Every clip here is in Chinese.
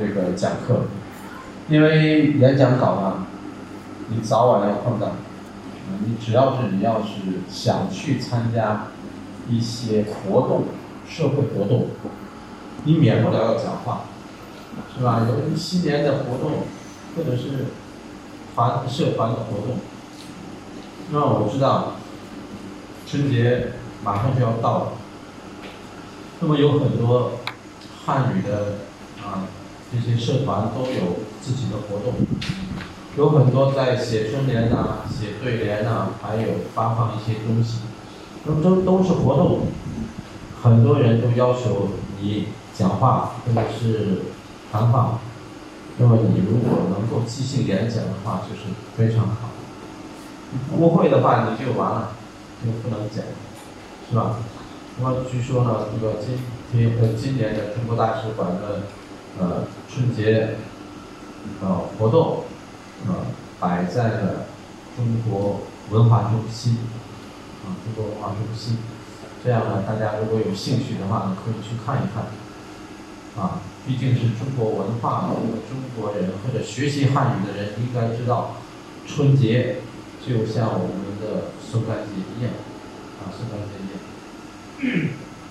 这个讲课，因为演讲稿呢，你早晚要碰到。你只要是想去参加一些活动，社会活动，你免不了要讲话，是吧？有新年的活动，或者是社团的活动。那我知道春节马上就要到了，那么有很多汉语的这些社团都有自己的活动。有很多在写春联呐、写对联呐，还有发放一些东西，那么都是活动。很多人都要求你讲话或者是谈话，那么你如果能够即兴演讲的话，就是非常好。不会的话你就完了，就不能讲，是吧？那么据说呢，这个今年的中国大使馆的春节活动。摆在了中国文化中心，中国文化中心。这样呢，大家如果有兴趣的话呢，可以去看一看。毕竟是中国文化，中国人或者学习汉语的人应该知道，春节就像我们的圣诞节一样，圣诞节一样。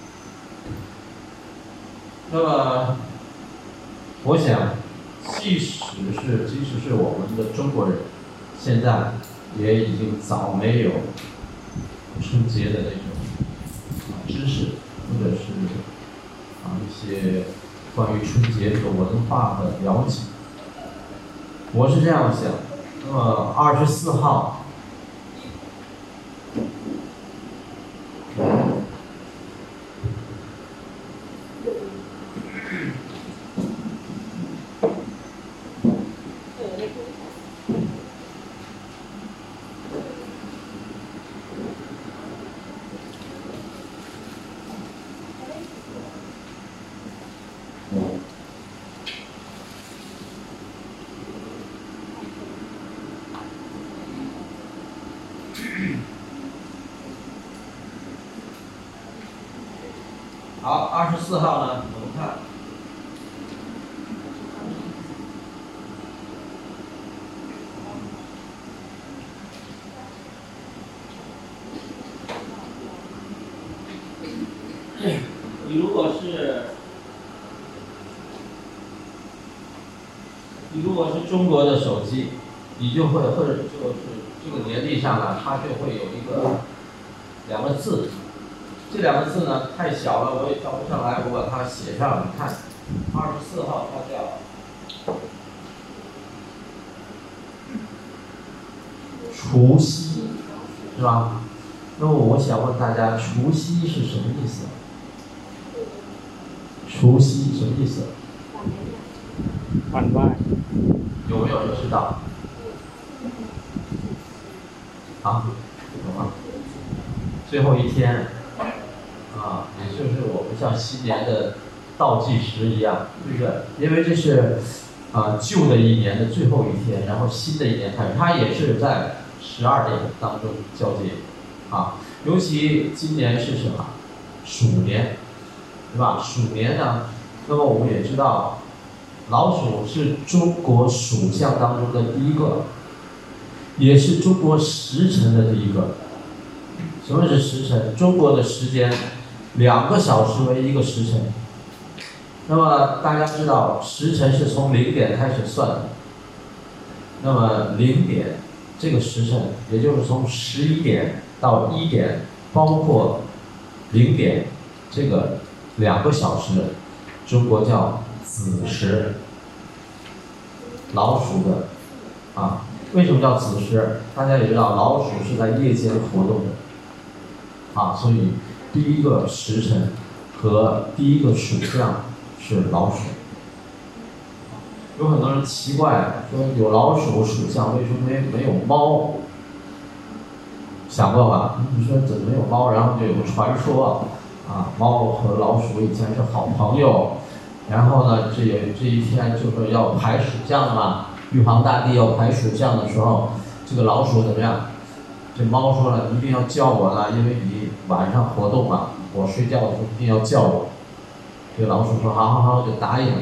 那么，我想。即使是我们的中国人，现在也已经早没有春节的那种知识，或者是一些关于春节这个文化的了解。我是这样想，那么24号。好，24号呢，我们看，你如果是中国的手机，你就会或者就是这个年历上呢，它就会有两个字。这两个字呢太小了，我也照不上来，我把它写上。你看，24号它叫除夕，是吧？那么我想问大家，除夕是什么意思？除夕什么意思？ 晚外。 有没有人知道？有吗？最后一天。也就是我们像新年的倒计时一样，对不对？因为这是旧的一年的最后一天，然后新的一年开始，它也是在12点当中交接。尤其今年是什么？鼠年，对吧？鼠年呢，那么我们也知道，老鼠是中国属相当中的第一个，也是中国时辰的第一个。什么是时辰？中国的时间2个小时为一个时辰。那么大家知道，时辰是从0点开始算的。那么0点这个时辰，也就是从11点到1点，包括0点这个2个小时，中国叫子时。老鼠的为什么叫子时？大家也知道，老鼠是在夜间活动的。所以第一个时辰和第一个属相是老鼠。有很多人奇怪，说有老鼠属相，为什么没有猫？想过吧？你说怎么没有猫？然后就有个传说，猫和老鼠以前是好朋友，然后呢，这一天就是要排属相的嘛，玉皇大帝要排属相的时候，这个老鼠怎么样？这猫说了，你一定要叫我了，因为你晚上活动嘛，我睡觉的时候一定要叫我。这个老鼠说好，就答应了。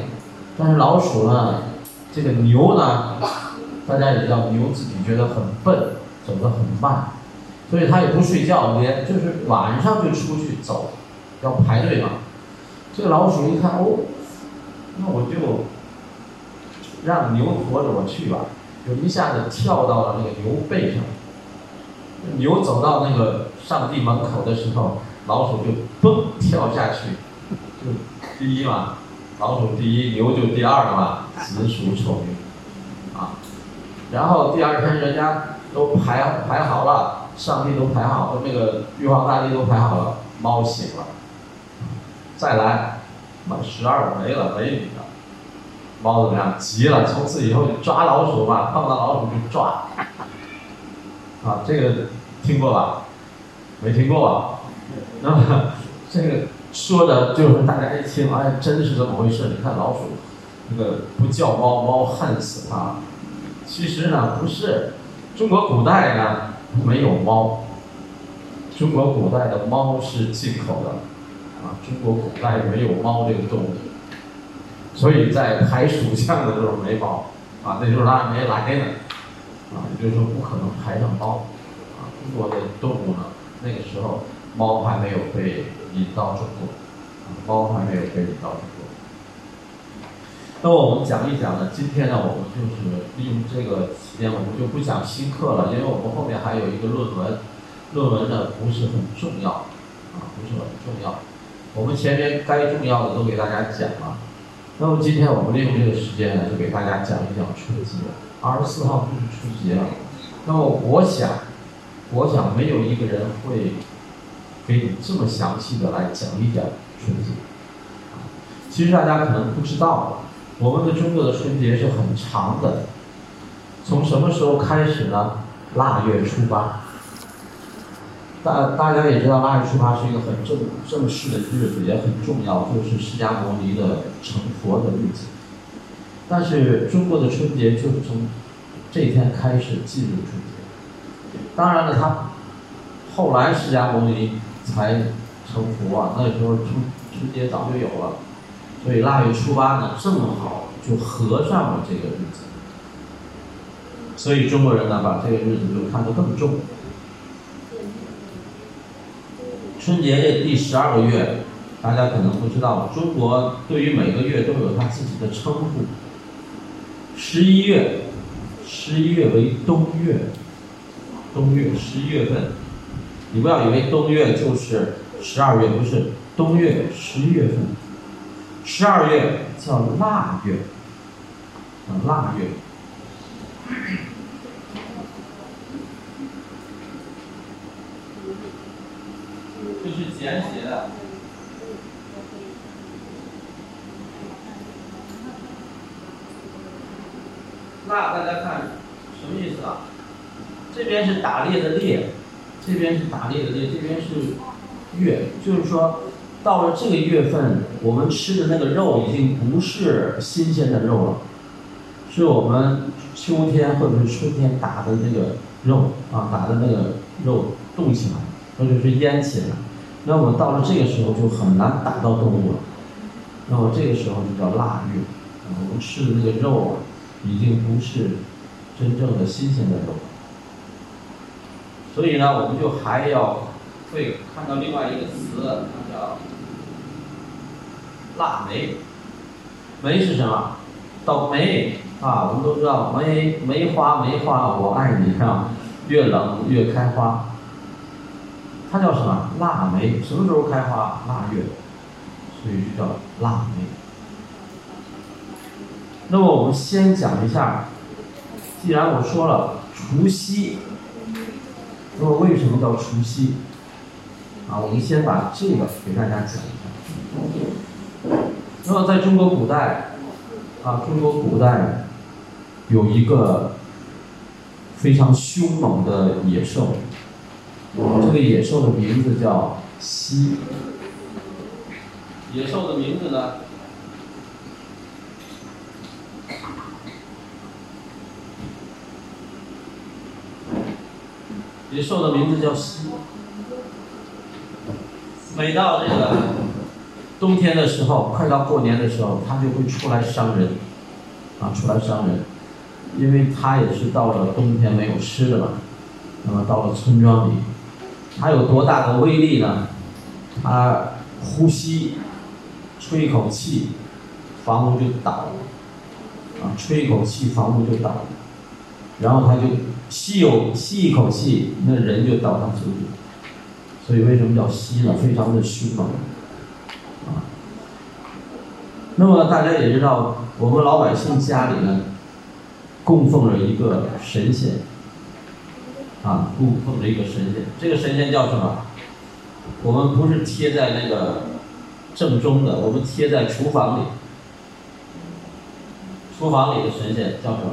但是老鼠呢，这个牛呢，大家也知道，牛自己觉得很笨，走得很慢，所以它也不睡觉，就是晚上就出去走，要排队嘛。这个老鼠一看，哦，那我就让牛驮着我去吧，就一下子跳到了那个牛背上。牛走到那个上帝门口的时候，老鼠就蹦跳下去，就第一嘛，老鼠第一，牛就第二了嘛，子鼠丑牛，啊，然后第二天人家都排好了，上帝都排好，那个玉皇大帝都排好了，猫醒了，再来，12个没了，没你的，猫怎么样？急了，从此以后就抓老鼠嘛，碰到老鼠就抓。啊，这个听过吧？没听过吧？那么这个说的就是大家一听，哎，真是这么回事。你看老鼠，那个不叫猫，猫恨死它。其实呢，不是，中国古代呢没有猫，中国古代的猫是进口的，啊，中国古代没有猫这个动物，所以在排鼠象的时候没猫，啊，那时候它还没来呢。啊，也就是说不可能排上猫，啊，中国的动物呢，那个时候猫还没有被引到中国，猫还没有被引到中国。那么我们讲一讲呢，今天呢，我们就是利用这个期间，我们就不讲新课了，因为我们后面还有一个论文，论文呢不是很重要，啊，不是很重要，我们前面该重要的都给大家讲了。那么今天我们利用这个时间呢，就给大家讲一讲春节。24号就是春节了。那么我想没有一个人会给你这么详细的来讲一讲春节。其实大家可能不知道，我们的中国的春节是很长的，从什么时候开始呢？腊月初八。大家也知道，腊月初八是一个很正式的日子，也很重要，就是释迦牟尼的成佛的日子。但是中国的春节就是从这一天开始进入春节。当然了，他后来释迦牟尼才成佛啊，那时候春节早就有了，所以腊月初八呢，正好就合上了这个日子。所以中国人呢，把这个日子就看得更重。春节这第12个月，大家可能不知道，中国对于每个月都有它自己的称呼。11月为冬月，冬月11月份，你不要以为冬月就是12月，不是，冬月11月份，12月叫腊月，腊月。这是简写的。腊大家看什么意思啊？这边是打猎的猎，这边是打猎的猎，这边是月，就是说到了这个月份，我们吃的那个肉已经不是新鲜的肉了，是我们秋天或者是春天打的那个肉啊，打的那个肉冻起来，或者是腌起来。那么到了这个时候就很难打到动物了，那么这个时候就叫腊月，我们吃的那个肉啊，已经不是真正的新鲜的肉了。所以呢，我们就还要会看到另外一个词，它叫腊梅。梅是什么？倒霉啊！我们都知道梅花我爱你啊，越冷越开花。它叫什么？腊梅。什么时候开花？腊月，所以就叫腊梅。那么我们先讲一下，既然我说了除夕，那么为什么叫除夕？啊，我们先把这个给大家讲一下。那么在中国古代，中国古代有一个非常凶猛的野兽。这个野兽的名字叫犀。野兽的名字呢？野兽的名字叫犀。每到这个冬天的时候，快到过年的时候，他就会出来伤人，出来伤人，因为他也是到了冬天没有吃的嘛。那么到了村庄里，他有多大的威力呢？他呼吸，吹一口气，房屋就倒了，吹一口气，房屋就倒了。然后他就吸一口气，那人就到他嘴里。所以为什么叫吸呢？非常的凶猛。那么大家也知道，我们老百姓家里呢，供奉着一个神仙，供奉着一个神仙。这个神仙叫什么？我们不是贴在那个正中的，我们贴在厨房里。厨房里的神仙叫什么？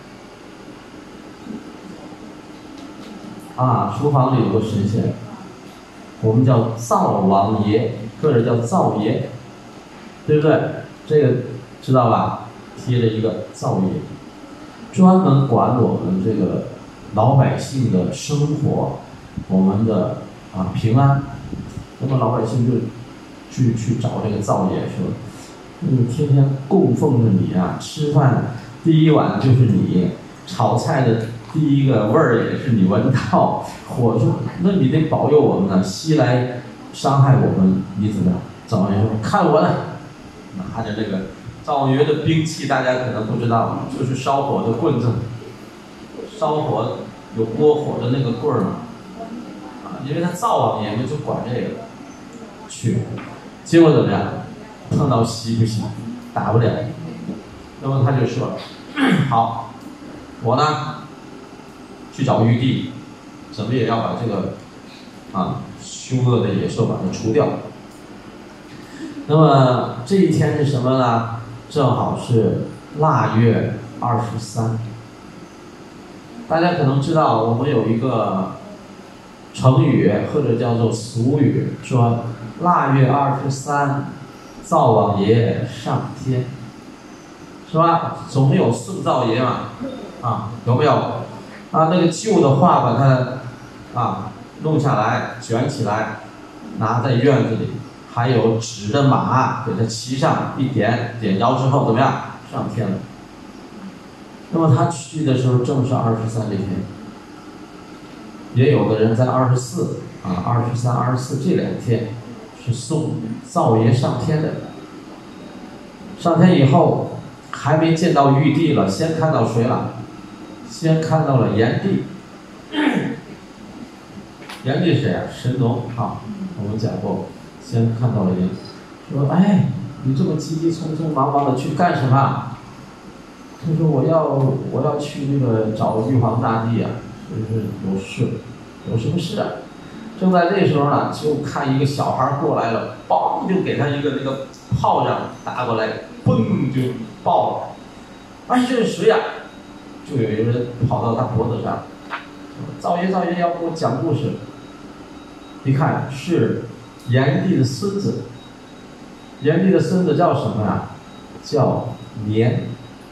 厨房里有个神仙，我们叫灶王爷，或者叫灶爷，对不对？这个知道吧？贴着一个灶爷，专门管我们这个老百姓的生活，我们的平安。那么老百姓就去找这个灶爷说：“天天供奉着你啊，吃饭第一碗就是你，炒菜的第一个味儿也是你闻到。火说，那你得保佑我们呢，西来伤害我们，你怎么样？”灶王爷说：“看我的！”拿着这个灶王爷的兵器，大家可能不知道，就是烧火的棍子，烧火有拨火的那个棍儿嘛，因为他灶王爷嘛就管这个，去，结果怎么样？碰到吸不行，打不了。那么他就说：“好，我呢去找玉帝，怎么也要把这个凶恶的野兽把它除掉。”那么这一天是什么呢？正好是腊月23。大家可能知道，我们有一个成语或者叫做俗语，说腊月23，灶王爷上天，是吧？总有送灶爷嘛，有没有？那个旧的画把它弄下来，卷起来，拿在院子里。还有纸的马给它骑上，一点着之后怎么样？上天了。那么他去的时候正是23这天，也有的人在24、23、24这2天是送灶爷上天的。上天以后还没见到玉帝了，先看到谁了？先看到了炎帝。炎帝谁啊？神农我们讲过。先看到了炎，说：“哎，你这么急急匆匆忙忙的去干什么？”他说：“我要去那个找玉皇大帝啊，就是有事，有什么事啊？”正在这时候呢，就看一个小孩过来了，嘣就给他一个那个炮仗打过来，嘣就爆了。哎，这是谁呀？就有一个人跑到他脖子上，灶爷要给我讲故事。一看是炎帝的孙子，炎帝的孙子叫什么呀？叫年。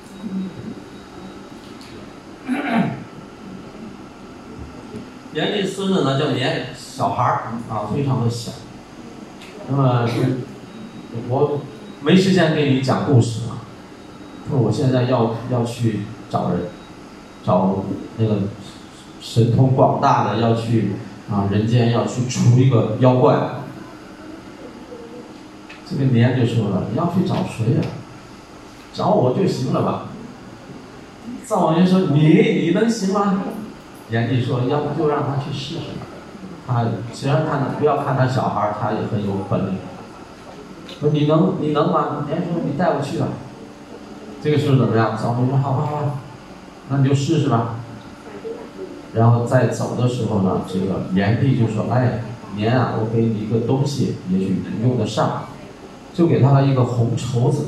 炎帝孙子呢叫年，小孩儿非常的小。那么我没时间给你讲故事了，我现在要去找人，找那个神通广大的，要去人间要去除一个妖怪。这个年就说了：“你要去找谁呀？找我就行了吧。”灶王爷说：“你能行吗？”炎帝说：“要不就让他去试试。虽然不要看他小孩，他也很有本领。说你能吗？”年说：“你带我去吧。”这个时候怎么样？灶王爷说：“好，那你就试试吧。”然后在走的时候呢，这个炎帝就说：“哎，年啊，我给你一个东西，也许你用得上。”就给他了一个红绸子，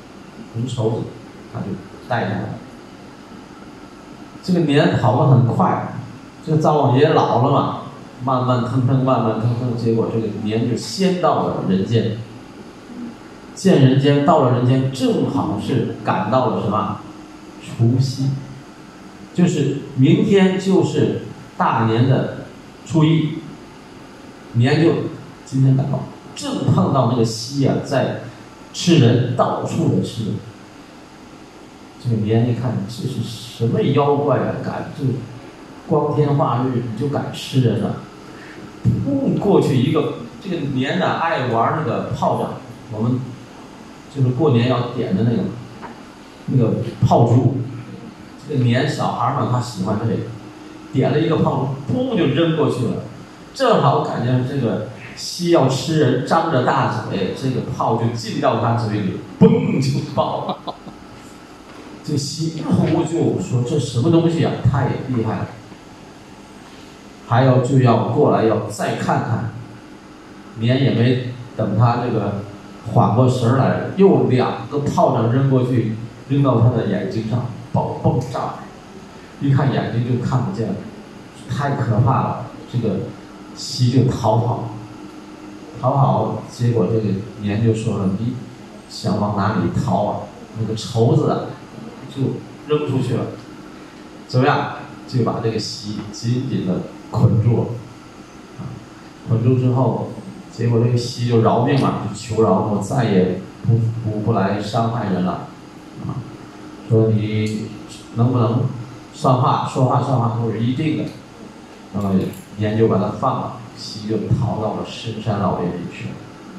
他就带上了。这个年跑得很快，这个灶王爷老了嘛，慢慢腾腾，结果这个年就先到了人间。见人间，到了人间，正好是赶到了什么？除夕，就是明天就是大年的初一，年就今天赶到正碰到那个蜥啊在吃人，到处的吃。这个年一看，这是什么妖怪啊？敢这光天化日你就敢吃人啊？过去一个这个年呢爱玩那个炮仗，我们就是过年要点的那个炮竹。这个年小孩嘛，他喜欢这个，点了一个炮竹，砰就扔过去了。正好感觉这个蜥要吃人，张着大嘴，这个炮就进到他嘴里，嘣就爆了。这个蜥扑就说：“这什么东西啊？太厉害了！”还要就要过来要再看看，年也没等他这个缓过神来，又2个炮仗扔过去，扔到他的眼睛上，爆炸，一看眼睛就看不见了，太可怕了。这个蜥就逃跑，结果这个年就说了：“你想往哪里逃啊？那个绸子啊，就扔出去了，怎么样？”就把这个蜥紧紧的捆住了，捆住之后，结果这个蜥就饶命了，就求饶，我再也不来伤害人了，说你能不能说话都是一定的，那么年就把他放了，蜥就逃到了深山老林里去了。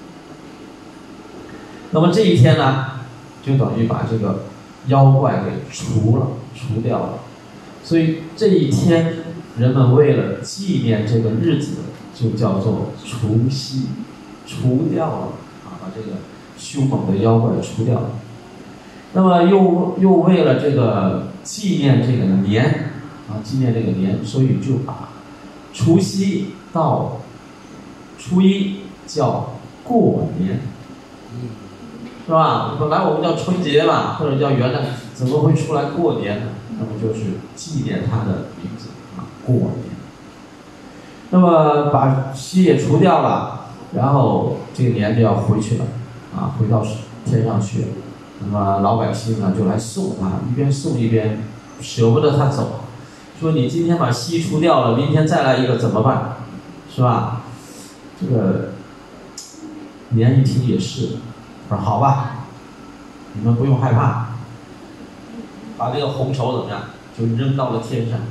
那么这一天呢，就等于把这个妖怪给除掉了。所以这一天，人们为了纪念这个日子，就叫做除夕，除掉了把这个凶猛的妖怪除掉了。那么又为了这个纪念这个年所以就把除夕到初一叫过年，是吧？本来我们叫春节嘛，或者叫元旦，怎么会出来过年呢？那么就是纪念他的名字过年。那么把蜥也除掉了，然后这个年就要回去了回到天上去了。那么老百姓呢就来送他，一边送一边舍不得他走，说你今天把蜥除掉了，明天再来一个怎么办？是吧？这个年一听也是，说好吧，你们不用害怕。把这个红绸怎么样？就扔到了天上。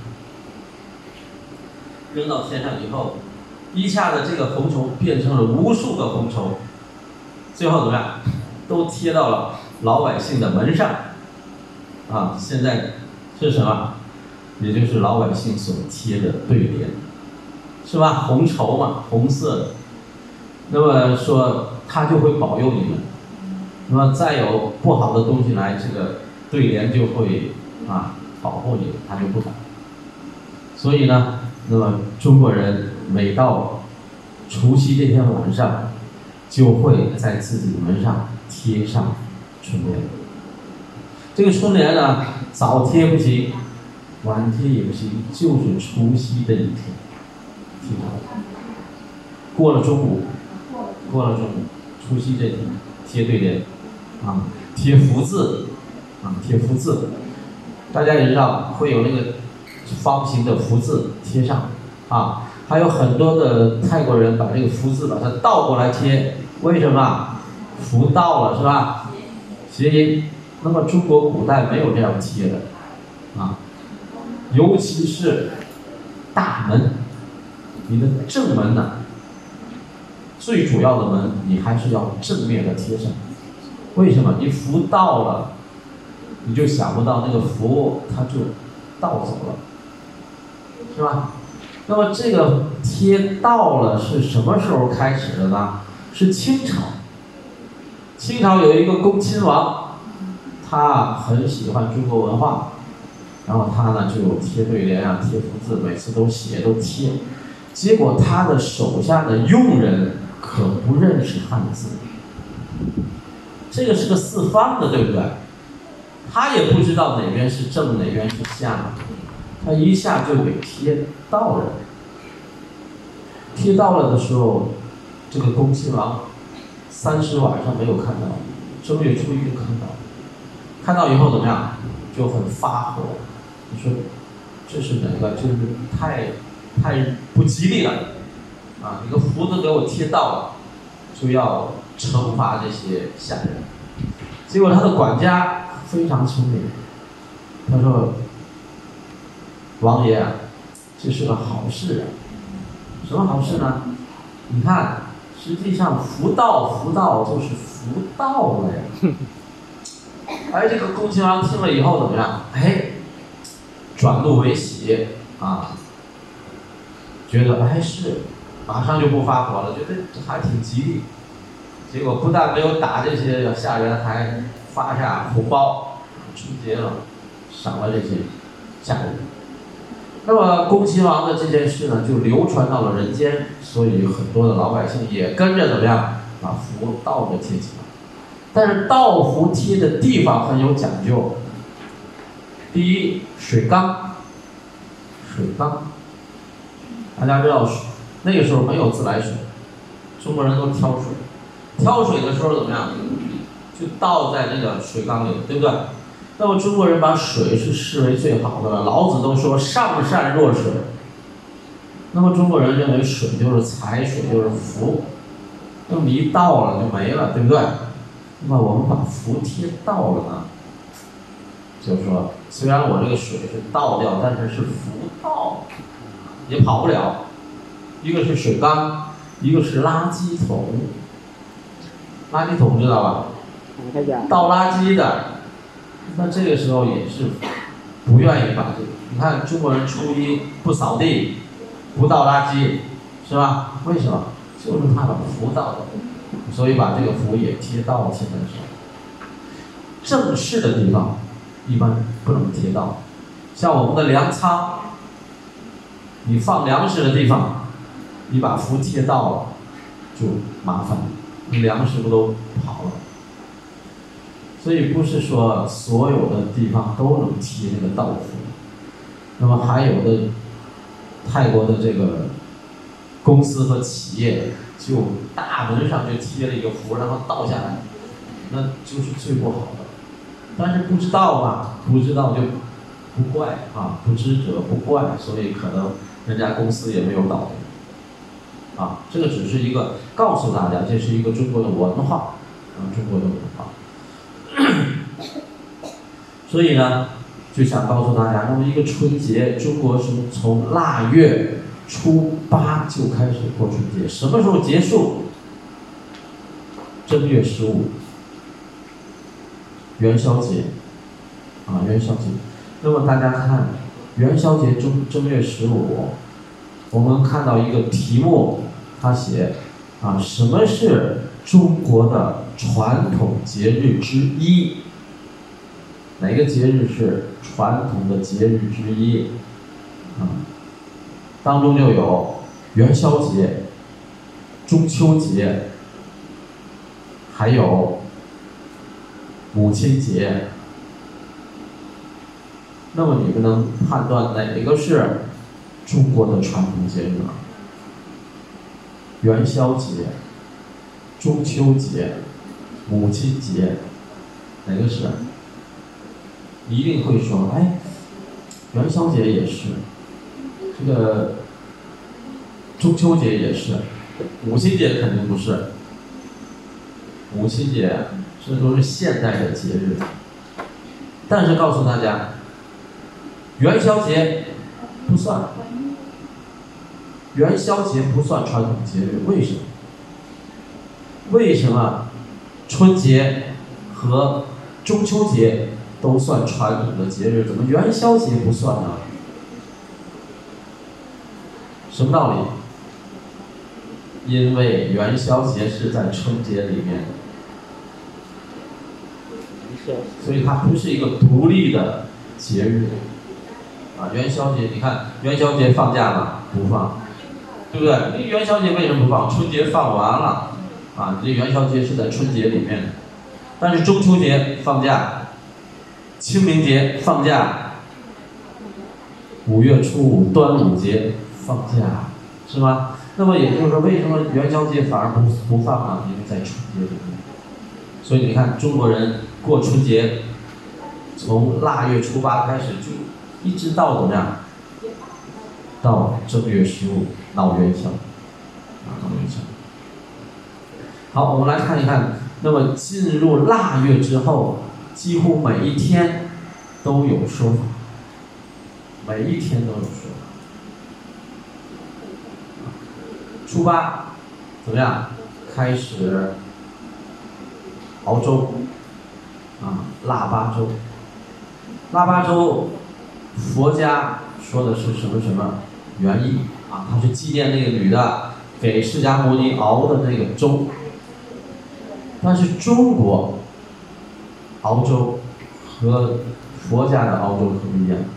扔到天上以后，一下子这个红绸变成了无数个红绸，最后怎么样？都贴到了老百姓的门上。现在是什么？也就是老百姓所贴的对联，是吧？红绸嘛，红色的。那么说他就会保佑你们。那么再有不好的东西来，这个对联就会保护你，他就不敢。所以呢，那么中国人每到除夕这天晚上，就会在自己门上贴上春联。这个春联呢，早贴不行，晚贴也不行，就是除夕这一天贴上。过了中午，除夕这天贴对联贴福字贴福字，大家也知道会有那个方形的福字贴上还有很多的泰国人把这个福字把它倒过来贴，为什么？福到了是吧？谐音。那么中国古代没有这样贴的尤其是大门，你的正门呢，最主要的门你还是要正面的贴上。为什么？你福到了，你就想不到那个福它就盗走了，是吧？那么这个贴到了是什么时候开始的呢？是清朝。清朝有一个恭亲王，他很喜欢中国文化，然后他呢就贴对联贴福字，每次都写都贴。结果他的手下的佣人可不认识汉字，这个是个四方的，对不对？他也不知道哪边是正哪边是下，他一下就给贴到了。贴到了的时候，这个恭亲王30晚上没有看到，正月初一就看到，看到以后怎么样？就很发火，你说这是哪个？就是太不吉利了你个福字给我贴到了， 就要惩罚这些下人。结果他的管家非常聪明，他说：“王爷啊，这是个好事啊。什么好事呢？你看，实际上福道就是福到了呀。”哎，这个恭亲王听了以后怎么样？哎，转怒为喜啊，觉得哎是，马上就不发火了，觉得这还挺吉利。结果不但没有打这些下人，还发下红包，春节了，赏了这些下人。那么恭亲王的这件事呢，就流传到了人间，所以很多的老百姓也跟着怎么样，把福倒着贴起来。但是倒福贴的地方很有讲究。第一，水缸，大家知道，那个时候没有自来水，中国人都挑水。挑水的时候怎么样？就倒在那个水缸里，对不对？那么中国人把水是视为最好的了。老子都说上善若水。那么中国人认为水就是财，水就是福。那么一倒了就没了，对不对？那么我们把福贴倒了呢，就是说，虽然我这个水是倒掉，但是是福到，也跑不了。一个是水缸，一个是垃圾桶。垃圾桶知道吧？倒垃圾的，那这个时候也是不愿意把这个。你看中国人初一不扫地，不倒垃圾，是吧？为什么？就是怕把福倒了。所以把这个福也贴到现在上。正式的地方一般不能贴到，像我们的粮仓，你放粮食的地方，你把福贴到了，就麻烦了，你粮食不都跑了？所以不是说所有的地方都能贴这个道符。那么还有的泰国的这个公司和企业，就大门上就贴了一个符，然后倒下来，那就是最不好的。但是不知道嘛，不知道就不怪啊，不知者不怪，所以可能人家公司也没有倒霉啊。这个只是一个告诉大家，这是一个中国的文化，中国的文化。所以呢，就想告诉大家，那么一个春节，中国是从腊月初8就开始过春节，什么时候结束？正月15，元宵节，元宵节。那么大家看，元宵节正月15，我们看到一个题目，他写什么是中国的传统节日之一？哪个节日是传统的节日之一？当中就有元宵节、中秋节，还有母亲节。那么你们能判断哪个是中国的传统节日呢？元宵节、中秋节、母亲节，哪个是？你一定会说，哎，元宵节也是，这个中秋节也是，母亲节肯定不是。母亲节这都是现代的节日，但是告诉大家，元宵节不算，元宵节不算传统节日，为什么？为什么春节和中秋节都算传统的节日，怎么元宵节不算呢？什么道理？因为元宵节是在春节里面，所以它不是一个独立的节日。元宵节，你看元宵节放假吗？不放，对不对？你元宵节为什么不放？春节放完了，这元宵节是在春节里面的，但是中秋节放假，清明节放假，5月初5端午节放假，是吧？那么也就是说，为什么元宵节反而不放呢？因为在春节里面。所以你看，中国人过春节，从腊月初8开始，就一直到怎么样？到正月15闹元宵，闹元宵。 好，我们来看一看，那么进入腊月之后，几乎每一天都有说法，每一天都有说法。初八怎么样？开始熬粥，腊八粥。腊八粥，佛家说的是什么什么原意啊？他是纪念那个女的给释迦牟尼熬的那个粥。但是中国熬粥和佛家的熬粥可不一样。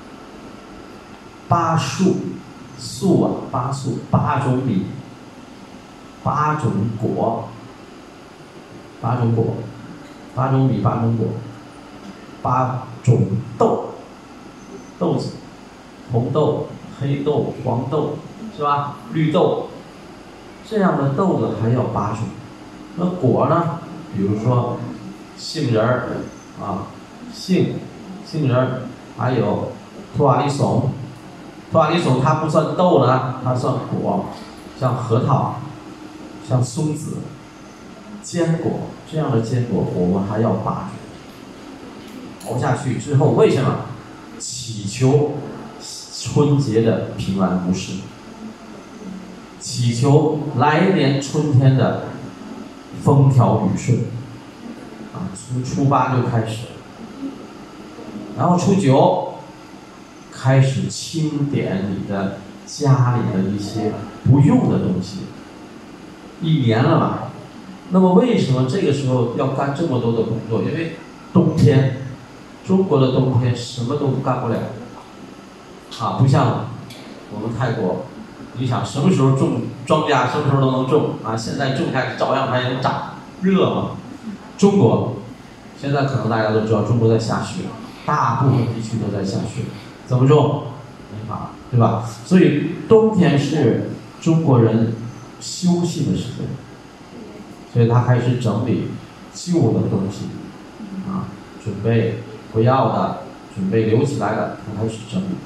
八素，素啊，八素，8种米，8种果，8种果，8种米，8种果，8种豆，豆子，红豆、黑豆、黄豆，是吧？绿豆，这样的豆子还要8种。那果呢？比如说杏仁儿杏仁儿，还有托瓦利松。托瓦利松它不算豆呢，它算果，像核桃、像松子、坚果这样的坚果，我们还要8种。熬下去之后，为什么？祈求春节的平安无事，祈求来年春天的风调雨顺。从初八就开始，然后初9开始清点你的家里的一些不用的东西。1年了嘛，那么为什么这个时候要干这么多的工作？因为冬天，中国的冬天什么都干不了，不像我们泰国，你想什么时候种庄稼，什么时候都能种现在种下去照样还能长，热嘛。中国现在可能大家都知道，中国在下雪，大部分地区都在下雪，怎么种？没法，对吧？所以冬天是中国人休息的时间，所以他开始整理旧的东西，准备不要的，准备留起来的，他开始整理。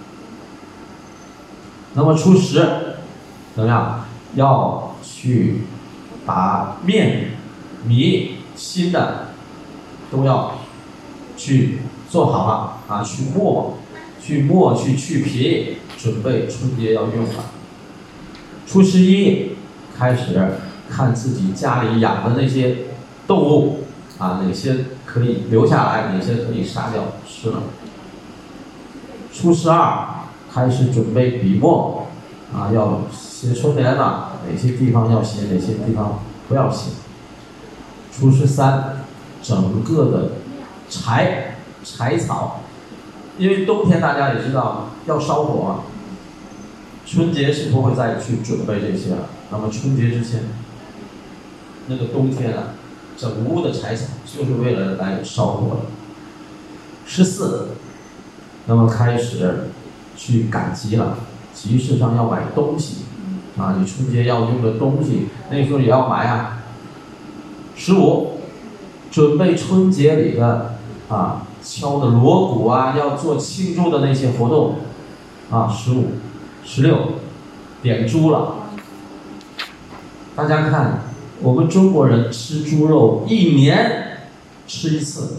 那么初10怎么样？要去把面、米、新的都要去做好了去磨，去去皮，准备春节要用了。初11开始看自己家里养的那些动物哪些可以留下来，哪些可以杀掉吃了。初12开始准备笔墨要写春联了，哪些地方要写，哪些地方不要写。初13整个的柴草，因为冬天大家也知道要烧火春节是不会再去准备这些了。那么春节之前，那个冬天整屋的柴草就是为了来烧火的。14，那么开始去赶集了，集市上要买东西你春节要用的东西，那时候也要买15，准备春节里的敲的锣鼓要做庆祝的那些活动15、16点猪了。大家看，我们中国人吃猪肉1年吃1次。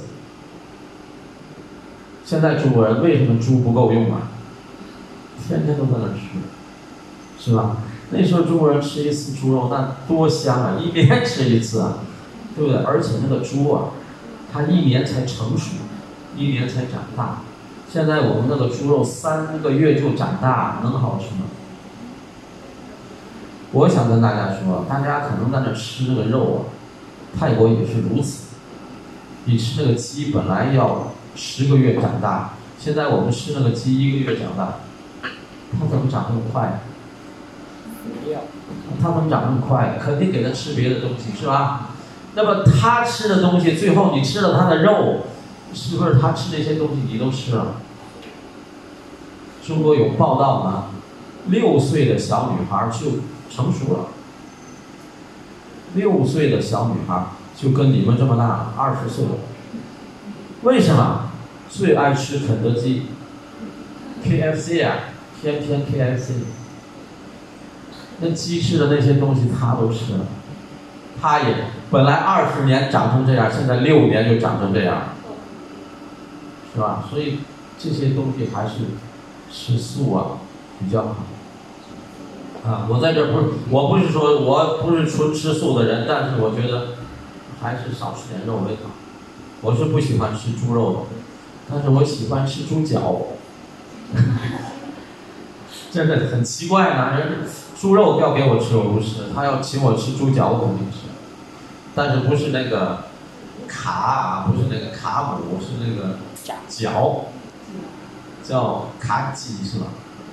现在中国人为什么猪不够用天天都在那吃，是吧？那时候中国人吃1次猪肉那多香1年吃1次对不对？而且那个猪它1年才成熟，1年才长大。现在我们那个猪肉3个月就长大，能好吃吗？我想跟大家说，大家可能在那吃那个肉泰国也是如此。你吃那个鸡本来要10个月长大，现在我们吃那个鸡1个月长大，它怎么长那么快？它怎么长那么快？肯定给它吃别的东西，是吧？那么它吃的东西，最后你吃了它的肉，是不是它吃那些东西你都吃了？中国有报道6岁的小女孩就成熟了，6岁的小女孩就跟你们这么大，20岁了。为什么？最爱吃肯德基、KFC 天天 KFC。那鸡翅的那些东西他都吃了， 它也本来20年长成这样，现在6年就长成这样，是吧？所以这些东西还是吃素啊比较好。我在这我不是说我不是纯吃素的人，但是我觉得还是少吃点肉为好。我是不喜欢吃猪肉的，但是我喜欢吃猪脚。真的很奇怪呢，人猪肉要给我吃我不吃，他要请我吃猪脚我肯定吃，但是不是那个不是那个卡姆，是那个脚，叫卡鸡是吧？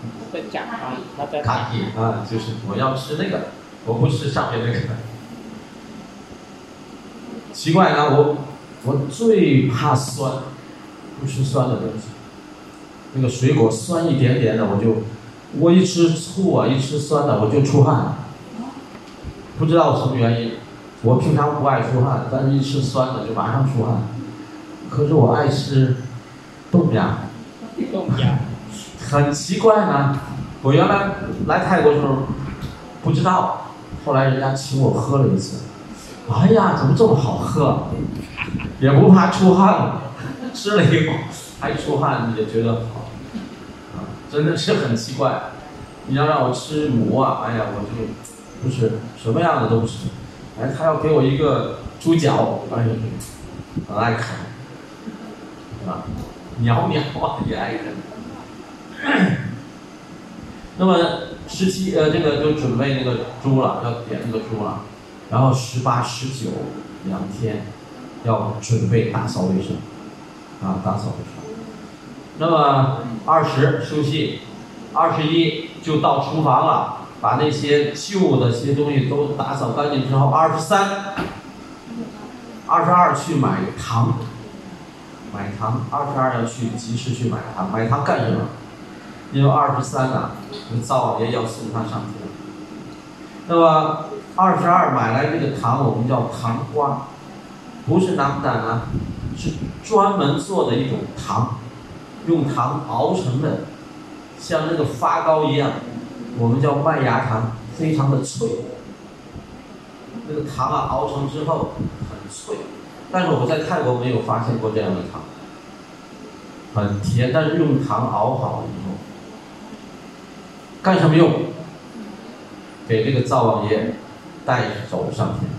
卡鸡就是我要吃那个，我不吃上面那个。奇怪呢，我最怕酸，不吃酸的东西。那个水果酸一点点的，我一吃醋啊，一吃酸的我就出汗，不知道什么原因。我平常不爱出汗，但是一吃酸的就马上出汗。可是我爱吃冻芽，很奇怪呢。我原来来泰国的时候不知道，后来人家请我喝了一次，哎呀，怎么这么好喝？也不怕出汗了，吃了以后还出汗，也觉得好。真的是很奇怪，你要让我吃母啊，哎呀，我就不是什么样的都吃，他要给我一个猪脚，哎呀，很爱啃，鸟也爱啃。那么17这个就准备那个猪了，要点那个猪了，然后18、192天要准备打扫卫生，打扫卫生。那么20休息，21就到厨房了，把那些旧的些东西都打扫干净之后，22去买糖，22要去集市去买糖，买糖干什么？因为23呢，灶王爷要送他上天。那么22买来这个糖，我们叫糖瓜，不是南丹啊，是专门做的一种糖。用糖熬成的，像那个发糕一样，我们叫麦芽糖，非常的脆。那个糖熬成之后很脆，但是我在泰国没有发现过这样的糖，很甜，但是用糖熬好了以后，干什么用？给这个灶王爷带走上天。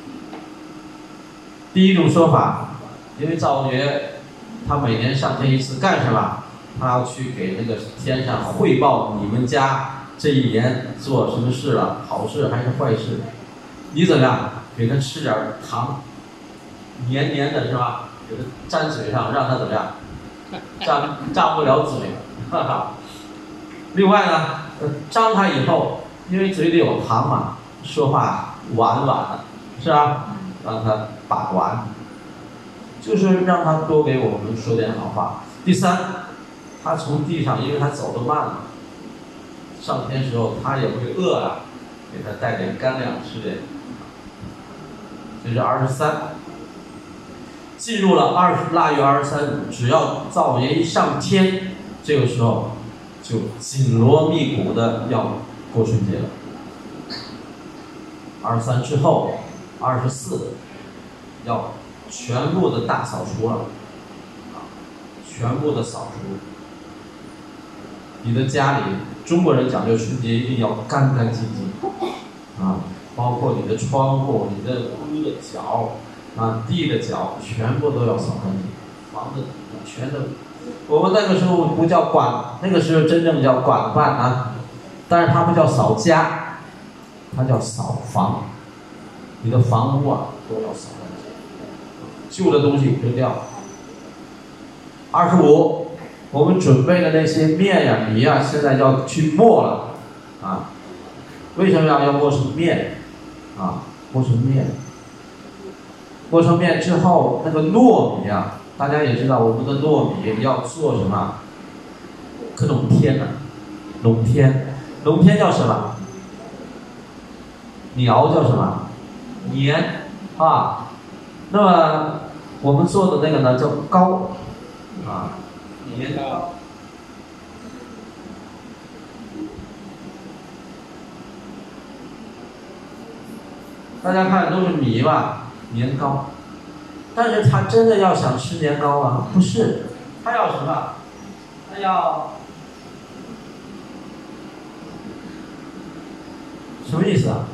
第一种说法，因为灶王爷他每年上天一次干什么？他要去给那个天上汇报你们家这一年做什么事了，好事还是坏事？你怎么样？给他吃点糖，黏黏的是吧？给他粘嘴上，让他怎么样？张不了嘴，哈哈。另外呢，张开以后，因为嘴里有糖嘛，说话婉婉的，是吧？让他把玩。就是让他多给我们说点好话。第3，他从地上，因为他走得慢了，上天时候他也会饿啊，给他带点干粮吃点。这是23，进入了腊月23，只要灶王爷一上天，这个时候就紧锣密鼓的要过春节了。23之后，24要全部的大扫除了，全部的扫除。你的家里，中国人讲究春节一定要干干净净，包括你的窗户、你的屋的角，地的角，全部都要扫干净，房子全都。我们那个时候不叫管，那个时候真正叫管饭啊，但是它不叫扫家，它叫扫房。你的房屋都要扫干净。旧的东西扔掉。25，我们准备的那些面呀、米呀，现在要去磨了，为什么要磨成面？磨成面。磨成面之后，那个糯米啊，大家也知道，我们的糯米要做什么？可农天呢？农天，农天叫什么？你熬叫什么？年那么我们做的那个呢叫糕年糕。 大家看都是米吧，年糕。但是他真的要想吃年糕吗？不是，他要什么？他要什么意思啊？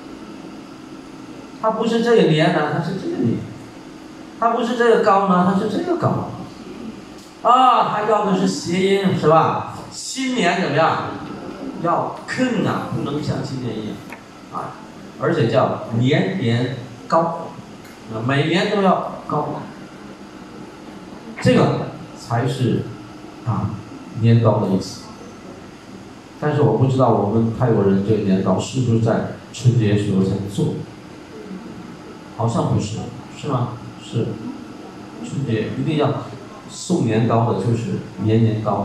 他不是这个年呢，他是这个年；他不是这个高呢，他是这个高。啊，他要的是谐音，是吧？新年怎么样？要更啊，不能像今年一样啊，而且叫年年高，每年都要高，这个才是啊年糕的意思。但是我不知道我们泰国人这个年糕是不是在春节时候才做，好像不是，是吗？是，春节一定要送年糕的，就是年年糕嘛。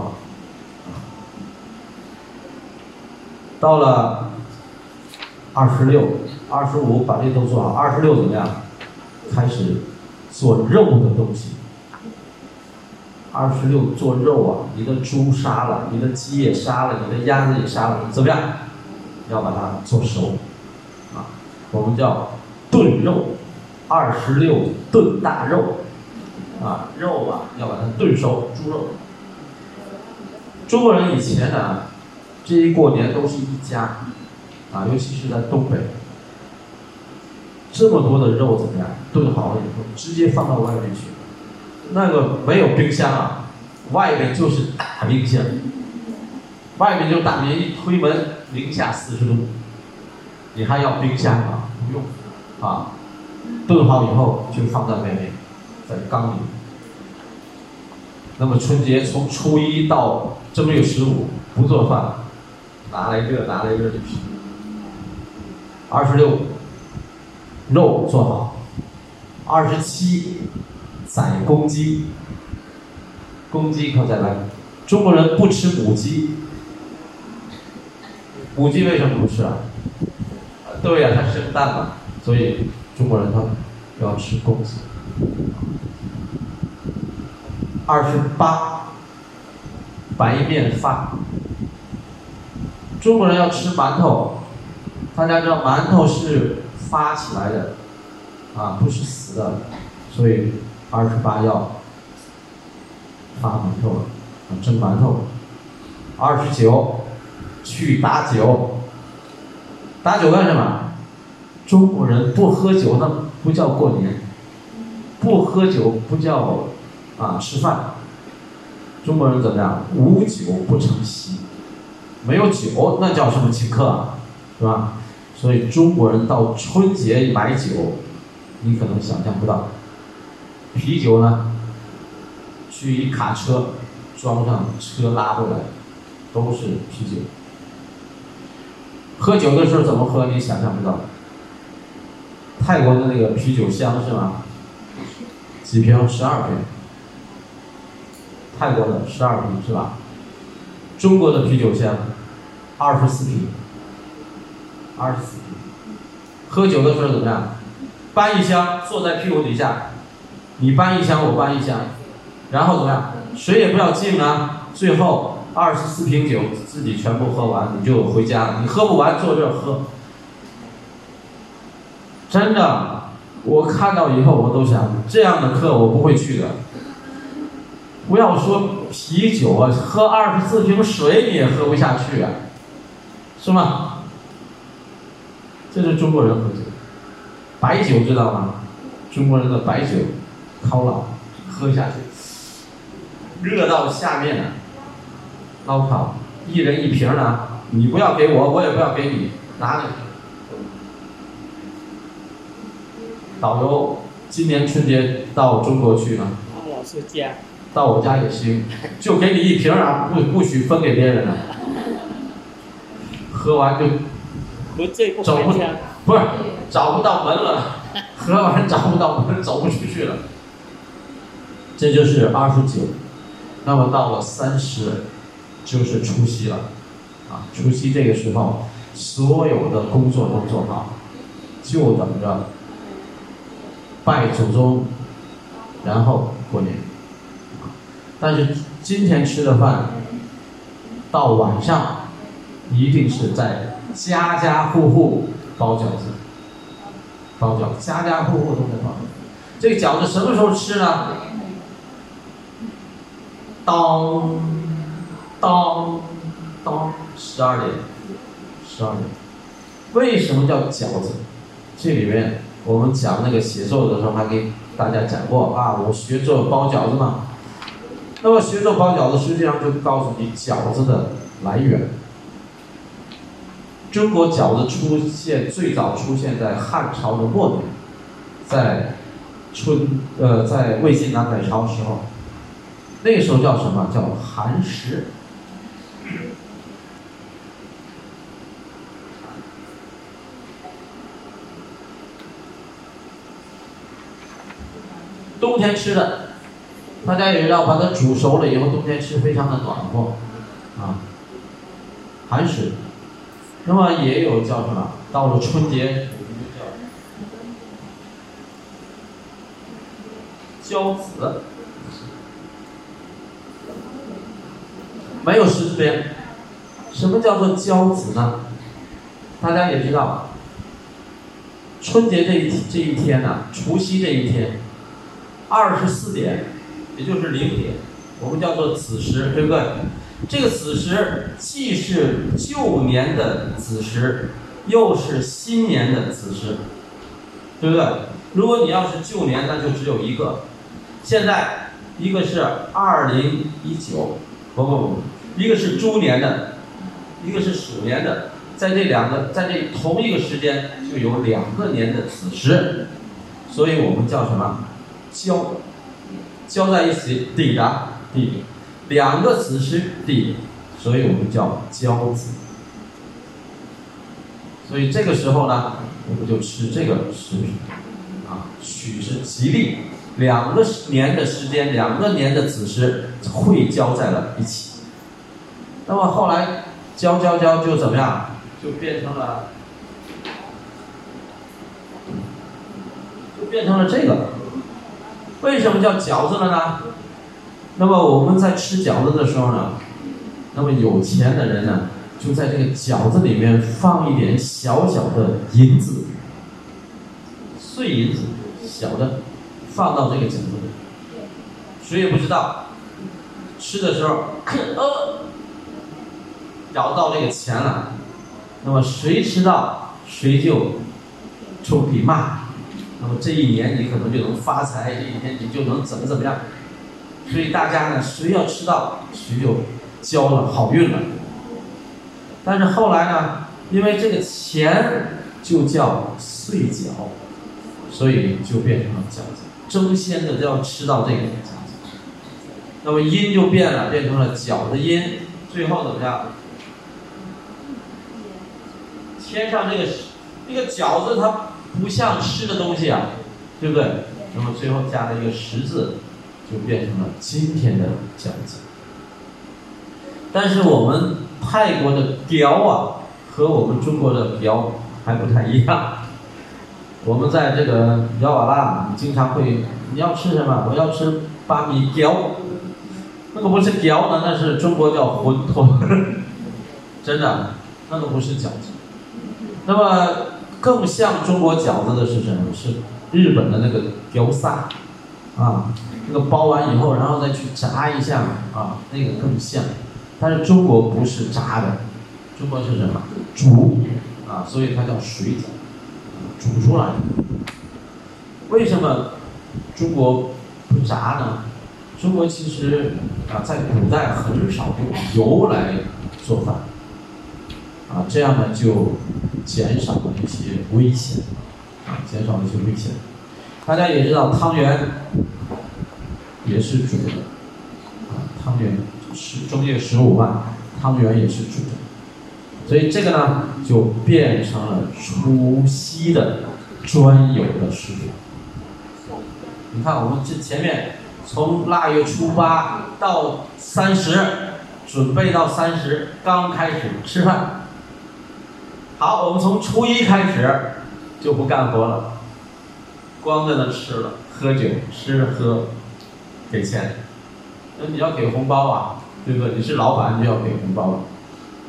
到了26、25，把这都做好。26怎么样？开始做肉的东西。26做肉啊，你的猪杀了，你的鸡也杀了，你的鸭子也杀了，怎么样？要把它做熟，啊，我们叫炖肉。26炖大肉，啊，肉啊要把它炖熟，猪肉。中国人以前呢，这一过年都是一家，啊，尤其是在东北，这么多的肉怎么样？炖好了以后，直接放到外面去。那个没有冰箱啊，外面就是大冰箱，外面就大冰箱，一推门-40度，你还要冰箱吗？不用，啊，炖好以后就放在外面，在缸里。那么春节从初1到正月15不做饭，拿来热就行。26肉做好，27宰公鸡，公鸡可再来。中国人不吃母鸡，母鸡为什么不吃啊？对呀，它生蛋嘛，所以中国人他要吃公鸡。28白面饭，中国人要吃馒头，大家知道馒头是发起来的，啊，不是死的，所以28要发馒头了，蒸馒头了。29去打酒，打酒干什么？中国人不喝酒那不叫过年，不喝酒不叫吃饭。中国人怎么样？无酒不成席，没有酒那叫什么请客啊，是吧？所以中国人到春节买酒，你可能想象不到。啤酒呢，去一卡车装上，车拉过来，都是啤酒。喝酒的时候怎么喝？你想象不到。泰国的那个啤酒箱是吗？几瓶？12瓶。泰国的12瓶是吧？中国的啤酒箱24瓶，24瓶。喝酒的时候怎么样？搬一箱，坐在屁股底下，你搬一箱，我搬一箱，然后怎么样？谁也不要进啊！最后24瓶酒自己全部喝完，你就回家了。你喝不完，坐这儿喝。真的，我看到以后我都想，这样的课我不会去的。不要说啤酒啊，喝24瓶水你也喝不下去啊，是吗？这是中国人喝酒。白酒知道吗？中国人的白酒，烤老喝下去，热到下面了，烧烤，一人1瓶呢，你不要给我，我也不要给你，拿着。导游今年春节到中国去呢？ 到老师家。 到我家也行，就给你1瓶啊，不许分给别人了。喝完就走不，不是找不到门了，喝完找不到门，走不出去了。这就是29，那么到了30，就是除夕了，啊，除夕这个时候，所有的工作都做好，就等着拜祖宗，然后过年。但是今天吃的饭，到晚上一定是在家家户户包饺子， 包饺子，家家户户都在包饺子。这个饺子什么时候吃呢？当当当，12点，12点。为什么叫饺子？这里面我们讲那个写作的时候还给大家讲过啊，我学做包饺子嘛。那么学做包饺子，实际上就告诉你饺子的来源。中国饺子最早出现在汉朝的末年，在魏晋南北朝时候，那个时候叫什么？叫寒食。冬天吃的，大家也知道，把它煮熟了以后，冬天吃非常的暖和，啊，寒食。那么也有叫什么？到了春节，饺子，没有识字边。什么叫做饺子呢？大家也知道，春节这一天呢，除夕这一天，24点，也就是0点，我们叫做子时，对不对？这个子时既是旧年的子时，又是新年的子时，对不对？如果你要是旧年，那就只有一个。现在一个是2019，不，一个是猪年的，一个是鼠年的，在这同一个时间就有2个年的子时，所以我们叫什么？交在一起抵的抵。2个子时抵，所以我们叫交子。所以这个时候呢，我们就吃这个食品，啊，取之吉利。2个年的时间，2个年的子时汇交在了一起。那么后来交就怎么样？就变成了这个。为什么叫饺子了呢？那么我们在吃饺子的时候呢，那么有钱的人呢，就在这个饺子里面放一点小小的银子，碎银子，小的，放到这个饺子里。谁也不知道，吃的时候，找到这个钱了，那么谁吃到谁就出笔骂。那么这一年你可能就能发财，这一年你就能怎么样。所以大家呢，谁要吃到谁就交了好运了。但是后来呢，因为这个钱就叫岁饺，所以就变成了饺子，争先的都要吃到这个饺子。那么音就变了，变成了饺子音。最后怎么样？添上这个饺子，它不像吃的东西啊，对不对？那么最后加了一个十字，就变成了今天的饺子。但是我们泰国的饺啊，和我们中国的饺还不太一样。我们在这个摇瓦拉，你经常会，你要吃什么？我要吃巴米饺，那个不是饺呢，那是中国叫馄饨，真的，那个不是饺子。那么更像中国饺子的是什么？是日本的那个饺萨，啊，那个包完以后，然后再去炸一下啊，那个更像。但是中国不是炸的，中国是什么？煮啊，所以它叫水饺，煮出来的。为什么中国不炸呢？中国其实啊，在古代很少用油来做饭，啊，这样呢就减少了一些危险，啊，减少了一些危险。大家也知道，汤圆也是煮的，啊，汤圆是正月15嘛，汤圆也是煮的，所以这个呢就变成了除夕的专有的食品。你看，我们这前面从腊月初8到30，准备到30，刚开始吃饭。好，我们从初1开始就不干活了，光在那吃了，喝酒，吃喝，给钱。那你要给红包啊，对不对？你是老板，你就要给红包了。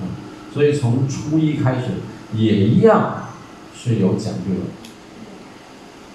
所以从初1开始也一样是有讲究的。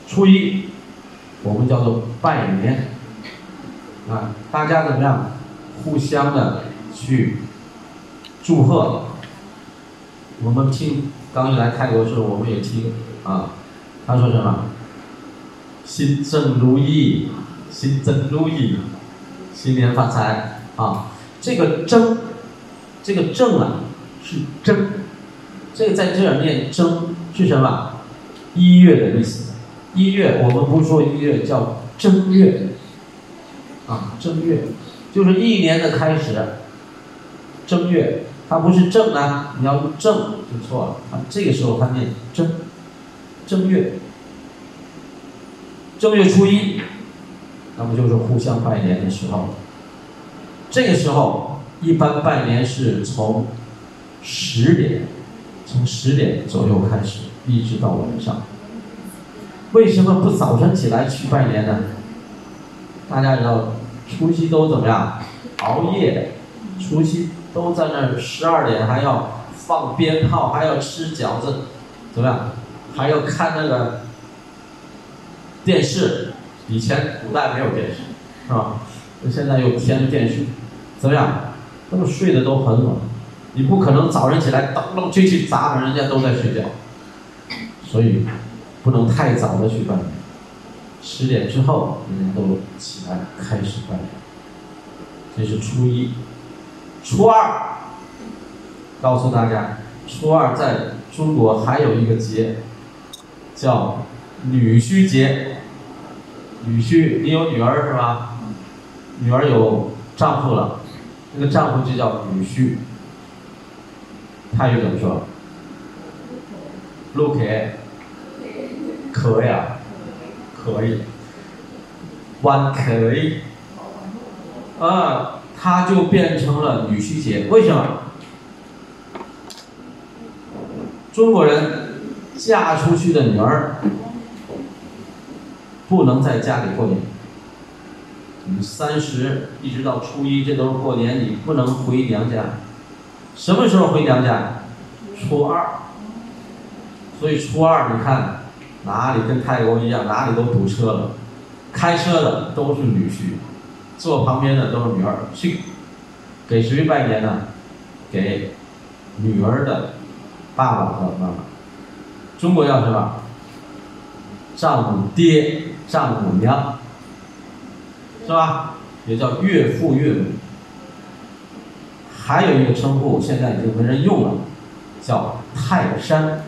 初一我们叫做拜年，啊，大家怎么样？互相的去祝贺。我们听刚一来泰国的时候，我们也听啊，他说什么？新正如意，新正如意，新年发财啊！这个正，这个正啊是正，这个在这儿念正是什么？1月的意思。1月我们不说1月，叫正月啊，正月就是1年的开始。正月它不是正啊，你要用正就错了啊。这个时候它念正，正月。正月初一，那么就是互相拜年的时候。这个时候一般拜年是从10点，从10点左右开始，一直到晚上。为什么不早晨起来去拜年呢？大家知道，除夕都怎么样？熬夜，除夕都在那儿12点还要放鞭炮，还要吃饺子，怎么样？还要看那个电视。以前古代没有电视，是吧？现在又添了电视，怎么样？他们睡得都很晚，你不可能早晨起来咚咚去砸门，人家都在睡觉，所以不能太早的去拜年。10点之后，人家都起来开始拜年。这是初一。初二，告诉大家，初二在中国还有一个节，叫女婿节。女婿，你有女儿是吧？女儿有丈夫了，那个丈夫就叫女婿。泰语怎么说？陆凯，可呀，可以，วัน可以，他就变成了女婿节。为什么？中国人嫁出去的女儿不能在家里过年。你30一直到初一，这都是过年，你不能回娘家。什么时候回娘家？初二。所以初二你看哪里跟泰国一样，哪里都堵车了，开车的都是女婿，坐旁边的都是女儿。去给谁拜年呢？给女儿的爸爸和妈妈。中国叫什么？丈母爹、丈母娘，是吧？也叫岳父岳母。还有一个称呼现在已经没人用了，叫泰山。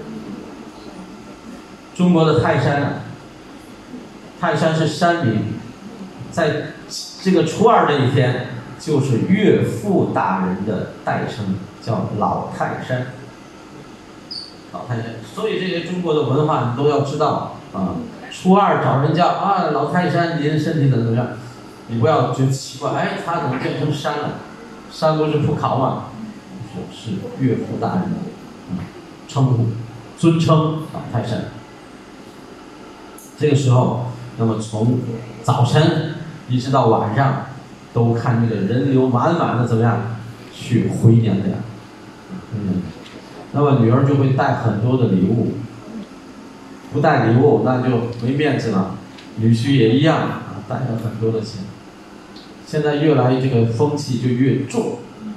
中国的泰山呢，泰山是山名，在这个初二这一天，就是岳父大人的代称，叫老泰山。老泰山，所以这些中国的文化你都要知道啊。初二找人家啊，老泰山，您身体怎么样？你不要觉得奇怪，哎，他怎么变成山了？山不是不考吗？是岳父大人的称呼，尊称老泰山。这个时候，那么从早晨一直到晚上，都看这个人流满满的怎么样去回娘家。那么女儿就会带很多的礼物，不带礼物那就没面子了。女婿也一样带了很多的钱。现在越来这个风气就越重。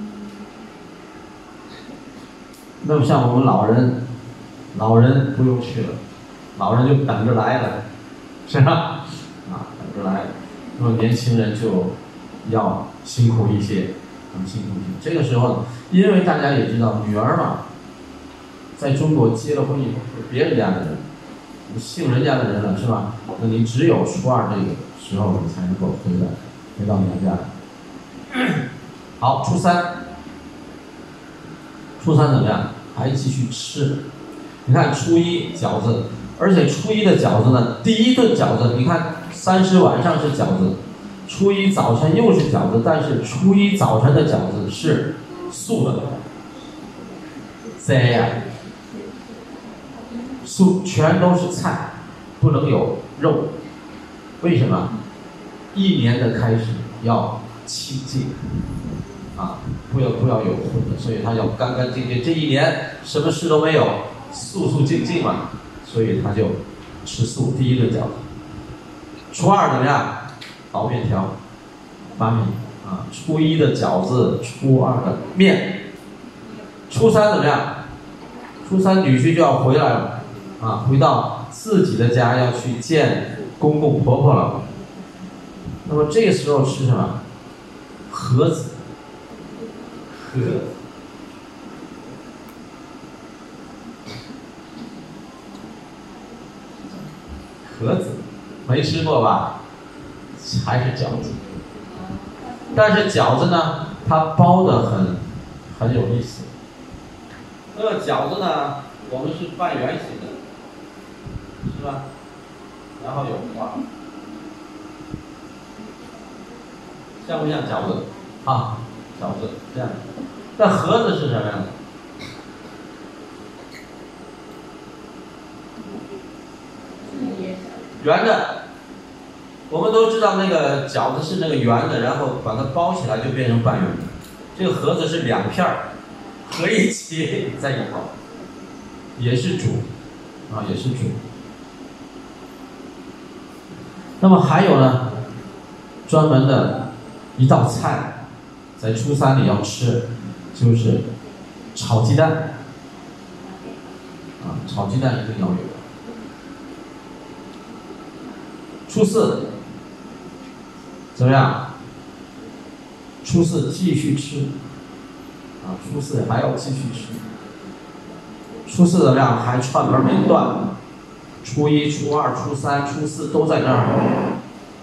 那么像我们老人不用去了，老人就等着来了，是吧？等着来了。那么年轻人就要辛苦一些，很辛苦一些。这个时候，因为大家也知道，女儿嘛，在中国结了婚以后是别人家的人，你姓人家的人了，是吧？那你只有初二这个时候你才能够回到娘家。好，初三怎么样？还继续吃。你看初一饺子，而且初一的饺子呢，第一顿饺子，你看30晚上是饺子，初一早晨又是饺子，但是初一早晨的饺子是素的，这样，素全都是菜，不能有肉。为什么？1年的开始要清净不要有荤的，所以他要干干净净。这1年什么事都没有，素净净嘛，所以他就吃素，第一顿饺子。初二怎么样？熬面条，发面啊。初一的饺子，初二的面。初三怎么样？初三女婿就要回来了啊，回到自己的家要去见公公婆婆了。那么这个时候吃什么？盒子，盒子，没吃过吧？还是饺子，但是饺子呢，它包的很有意思。那么饺子呢，我们是半圆形的，是吧？然后有花，像不像饺子？啊，饺子这样。那盒子是什么样的？圆的。我们都知道那个饺子是那个圆的，然后把它包起来就变成半圆的。这个盒子是两片儿合一起在一包，也是煮，啊，也是煮。那么还有呢，专门的一道菜，在初三里要吃，就是炒鸡蛋，啊，炒鸡蛋一定要有。初四怎么样？初四继续吃，啊，初四还要继续吃。初四怎么样？还串门没断。初一、初二、初三、初四都在那儿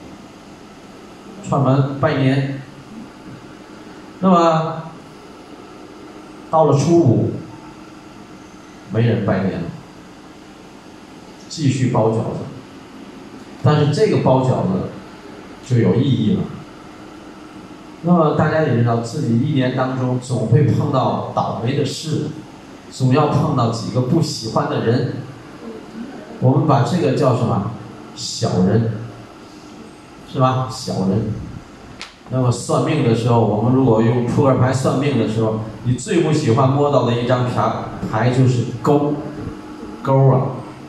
串门拜年。那么到了初五，没人拜年了，继续包饺子。但是这个包饺子就有意义了。那么大家也知道，自己一年当中总会碰到倒霉的事，总要碰到几个不喜欢的人。我们把这个叫什么？小人，是吧？小人。那么算命的时候，我们如果用扑克牌算命的时候，你最不喜欢摸到的一张牌就是勾，勾啊，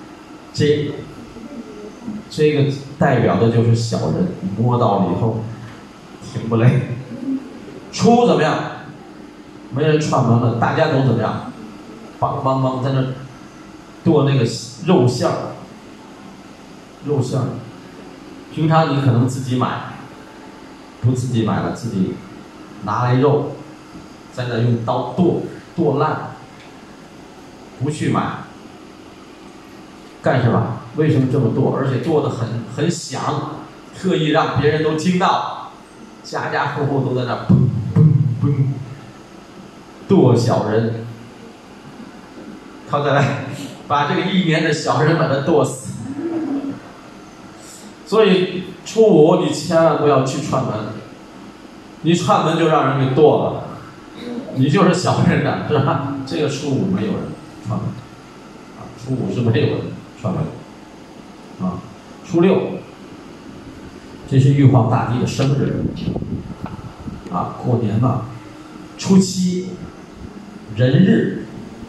这个代表的就是小人，摸到了以后挺不累。初怎么样？没人串门了，大家都怎么样？梆梆梆在那剁那个肉馅儿。肉馅儿，平常你可能自己买，不自己买了，自己拿来肉，在那用刀剁烂，不去买，干什么？为什么这么剁？而且剁得很响，特意让别人都听到，家家户户都在那嘣嘣嘣剁小人，靠，再来把这个一年的小人把他剁死。所以初五你千万不要去串门，你串门就让人给剁了，你就是小人的，是吧？这个初五没有人串门，啊，初五是没有人串门。啊，初六，这是玉皇大帝的生日，啊，过年嘛。初七，人日，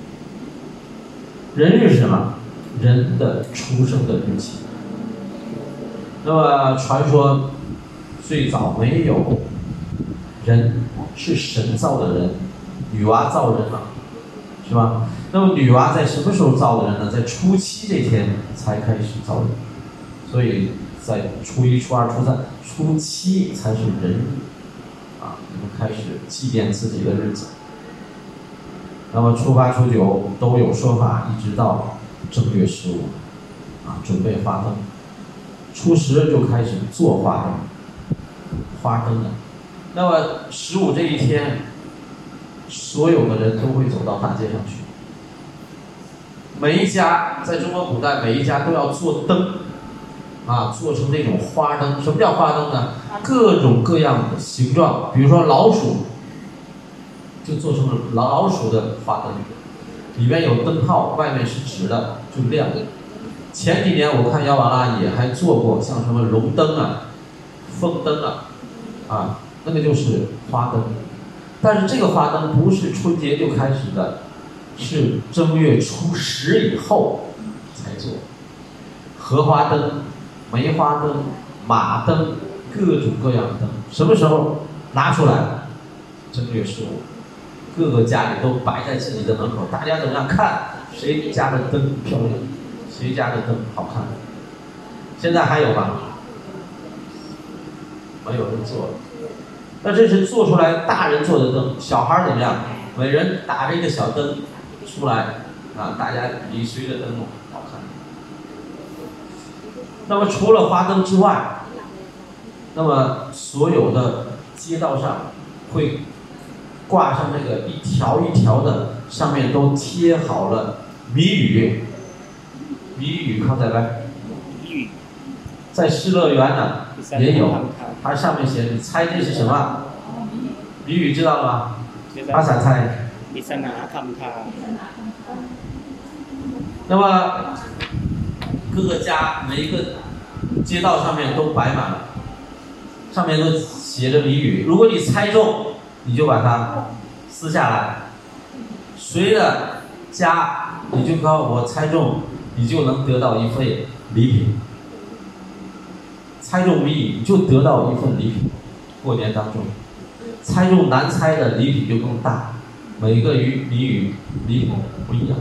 人日是什么？人的出生的日期。那么传说，最早没有人，是神造的人，女娲造人了，是吧？那么女娲在什么时候造的人呢？在初七这天才开始造人，所以在初一、初二、初三、初七才是人日，啊，我们开始祭奠自己的日子。那么初八、初九都有说法，一直到正月15，啊，准备花灯。初10就开始做花灯了。那么15这一天，所有的人都会走到大街上去。每一家在中国古代，每一家都要做灯，啊，做成那种花灯。什么叫花灯呢？各种各样的形状，比如说老鼠，就做成了老鼠的花灯，里面有灯泡，外面是纸的，就亮。前几年我看姚瓦拉也还做过像什么龙灯啊、风灯啊，啊，那个就是花灯。但是这个花灯不是春节就开始的，是正月初10以后才做。 荷花灯、梅花灯、马灯，各种各样的灯，什么时候拿出来？正月15，各个家里都摆在自己的门口，大家怎么样看谁家的灯漂亮，谁家的灯好看？现在还有吗？没有人做了。那这是做出来大人做的灯，小孩怎么样？每人打着一个小灯出来啊，大家比谁的灯好看。那么除了花灯之外，那么所有的街道上会挂上那个一条一条的，上面都贴好了谜语。谜语靠在呗。在世乐园呢也有，它上面写你猜这是什么？谜语知道吗？ภาษาไทย。 ปริศนาคำทา。 那么各个家每一个街道上面都摆满了，上面都写着谜语。如果你猜中，你就把它撕下来，谁的家你就告我猜中，你就能得到一份礼品。猜中谜语你就得到一份礼品。过年当中，猜中难猜的礼品就更大，每个谜语礼品不一样。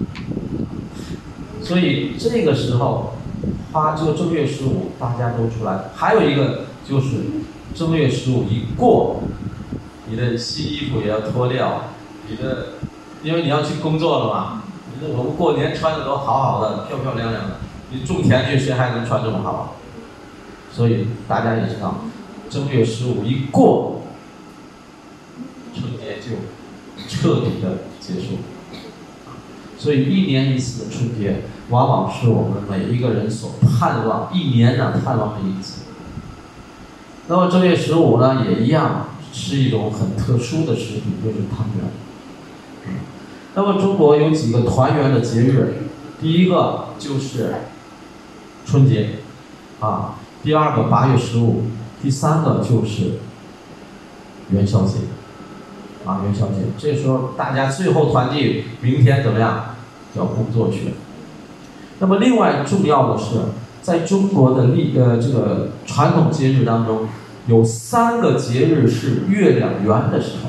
所以这个时候，这个正月15大家都出来。还有一个就是正月15一过，你的新衣服也要脱掉，因为你要去工作了嘛。我们过年穿的都好好的，漂漂亮亮的，你种田去谁还能穿这么好？所以大家也知道，正月15一过，春节就彻底的结束。所以1年1次的春节，往往是我们每一个人所盼望1年呢盼望的一次。那么正月15呢，也一样是一种很特殊的食品，就是汤圆。那么中国有几个团圆的节日，第一个就是春节，第二个8月15，第三个就是元宵节，元宵节。这时候大家最后团聚，明天怎么样？要工作去了。那么另外重要的是，在中国的这个传统节日当中，有3个节日是月亮圆的时候。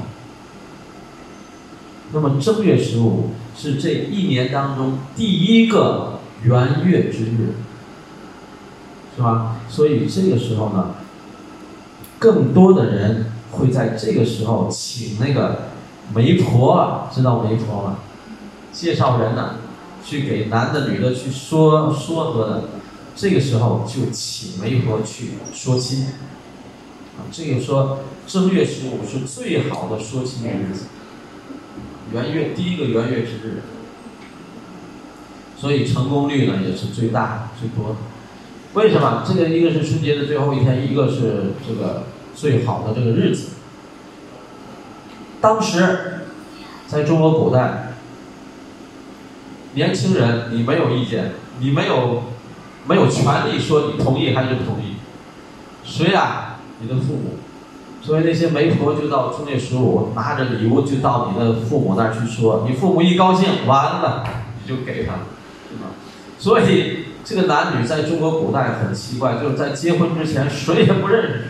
那么正月15是这1年当中第一个圆月之日，是吧？所以这个时候呢，更多的人会在这个时候请那个媒婆，知道媒婆吗？介绍人呢，去给男的女的去说和的，这个时候就请媒婆去说亲。这个说正月15是最好的说亲的日子，圆月第一个圆月之日，所以成功率呢也是最大的最多的。为什么？这个一个是春节的最后一天，一个是这个最好的这个日子。当时在中国古代，年轻人你没有意见，你没有权利说你同意还是不同意。谁啊？你的父母。所以那些媒婆就到正月15，拿着礼物就到你的父母那儿去说，你父母一高兴，完了你就给他，是吧？所以这个男女在中国古代很奇怪，就是在结婚之前谁也不认识谁，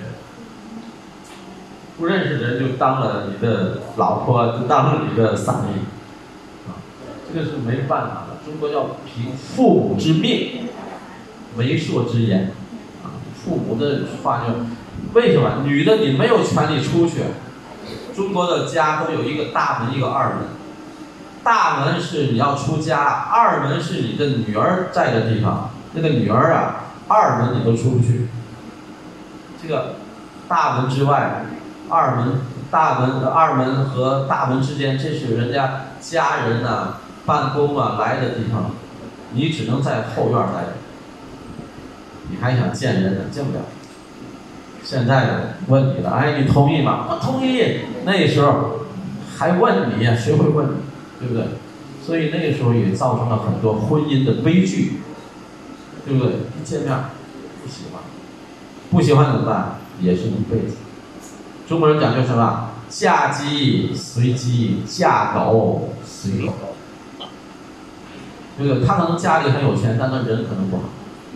不认识人就当了你的老婆，就当了你的撒姨，这个是没办法的。中国要凭父母之命，媒妁之言，父母的话就。为什么女的你没有权利出去？中国的家都有一个大门一个二门，大门是你要出家，二门是你的女儿在的地方，那个女儿啊，二门你都出不去。这个大门之外，二门和大门之间，这是人家家人啊、办公啊来的地方，你只能在后院待着。你还想见人呢，见不了。现在问你了，哎，你同意吗？我同意。那时候还问你呀，谁会问你，对不对？所以那个时候也造成了很多婚姻的悲剧，对不对？一见面不喜欢，不喜欢怎么办？也是一辈子。中国人讲究什么？嫁鸡随鸡，嫁狗随狗。对不对？他可能家里很有钱，但他人可能不好。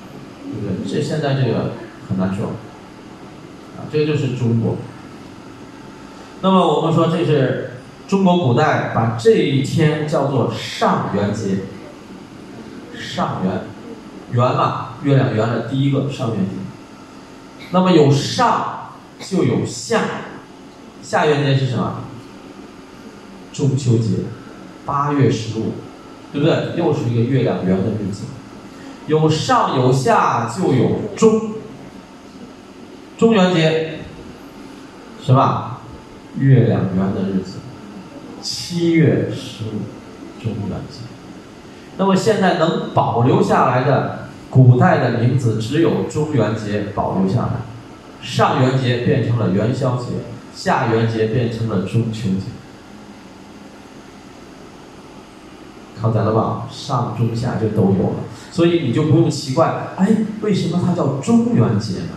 对不对？这现在这个很难受，这就是中国。那么我们说这是中国古代把这一天叫做上元节，上元，元嘛，月亮圆的第一个上元节。那么有上就有下，下元节是什么？中秋节，8月15，对不对？又是一个月亮圆的日子。有上有下就有中，中元节是吧？月亮圆的日子，7月15，中元节。那么现在能保留下来的古代的名字只有中元节保留下来，上元节变成了元宵节，下元节变成了中秋节。靠在了吧？上中下就都有了，所以你就不用奇怪，哎，为什么它叫中元节呢？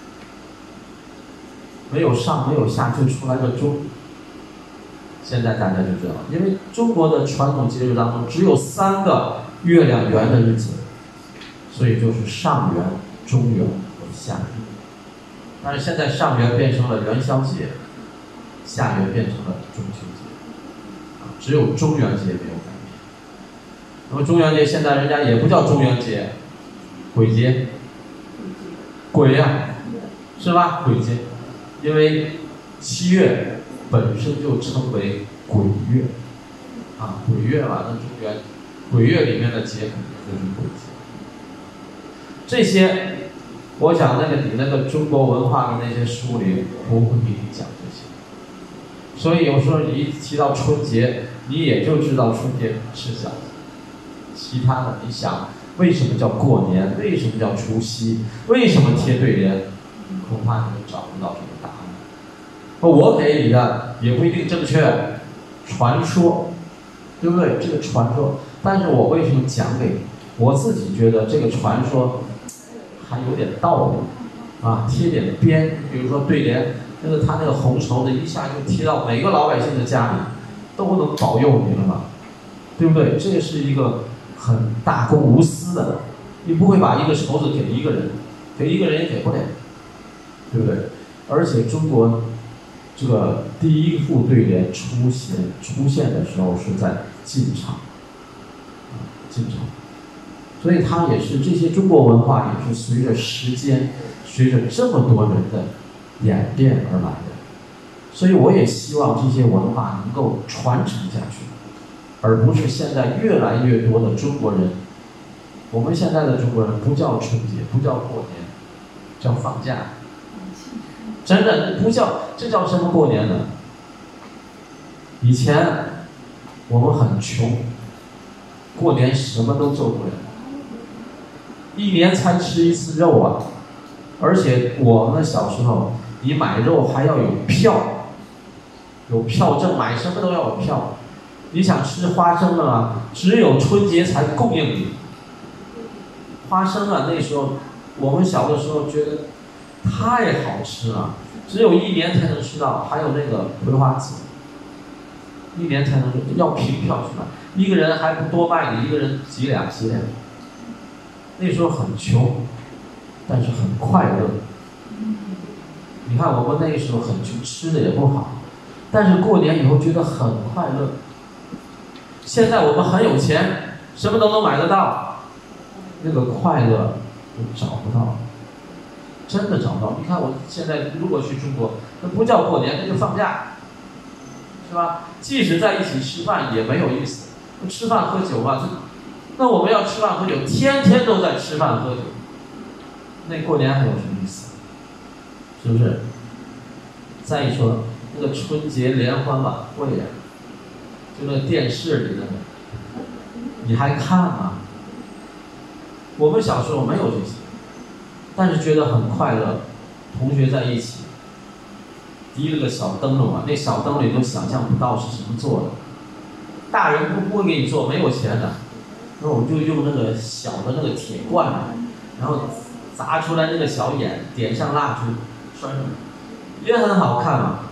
没有上没有下就出来个中。现在大家就知道了，因为中国的传统节日当中只有3个月亮圆的日子，所以就是上元、中元和下元。但是现在上元变成了元宵节，下元变成了中秋节，只有中元节没有改变。那么中元节现在人家也不叫中元节，鬼节，鬼呀，是吧？鬼节，因为7月本身就称为鬼月，鬼月嘛，那中元，鬼月里面的节肯定就是鬼节。这些，我想你那个中国文化的那些书里不会给你讲这些，所以有时候你一提到春节，你也就知道春节吃饺子，其他的你想为什么叫过年，为什么叫除夕，为什么贴对联，恐怕你都找不到这个答案。我给你的也不一定正确，传说，对不对？这个传说，但是我为什么讲给你？我自己觉得这个传说还有点道理，贴点边，比如说对联，他那个红绸的一下就贴到每个老百姓的家里，都能保佑你了嘛，对不对？这是一个很大公无私的，你不会把一个绸子给一个人，给一个人也给不了，对不对？而且中国这个第一副对联出现的时候是在晋朝，所以它也是这些中国文化也是随着时间，随着这么多人的演变而来的。所以我也希望这些文化能够传承下去，而不是现在越来越多的中国人，我们现在的中国人不叫春节，不叫过年，叫放假。真的不叫，这叫什么过年呢？以前我们很穷，过年什么都做不了，一年才吃一次肉啊！而且我们小时候，你买肉还要有票，有票证，买什么都要有票。你想吃花生了，只有春节才供应你。花生啊，那时候我们小的时候觉得太好吃了，只有1年才能吃到。还有那个葵花籽，1年才能要凭票去买，一个人还不多卖你，一个人几两。那时候很穷，但是很快乐。你看我们那时候很穷，吃的也不好，但是过年以后觉得很快乐。现在我们很有钱，什么都能买得到，那个快乐我找不到，真的找不到。你看我现在如果去中国，那不叫过年，那就放假，是吧？即使在一起吃饭也没有意思，吃饭喝酒嘛，那我们要吃饭喝酒，天天都在吃饭喝酒，那过年还有什么意思？是不是？再一说那个春节联欢晚会呀，就那电视里的，你还看吗？我们小时候没有这些，但是觉得很快乐，同学在一起，提了个小灯笼啊，那小灯里都想象不到是什么做的，大人不会给你做，没有钱的，那我们就用那个小的那个铁罐，然后砸出来那个小眼，点上蜡烛，拴上，也很好看嘛。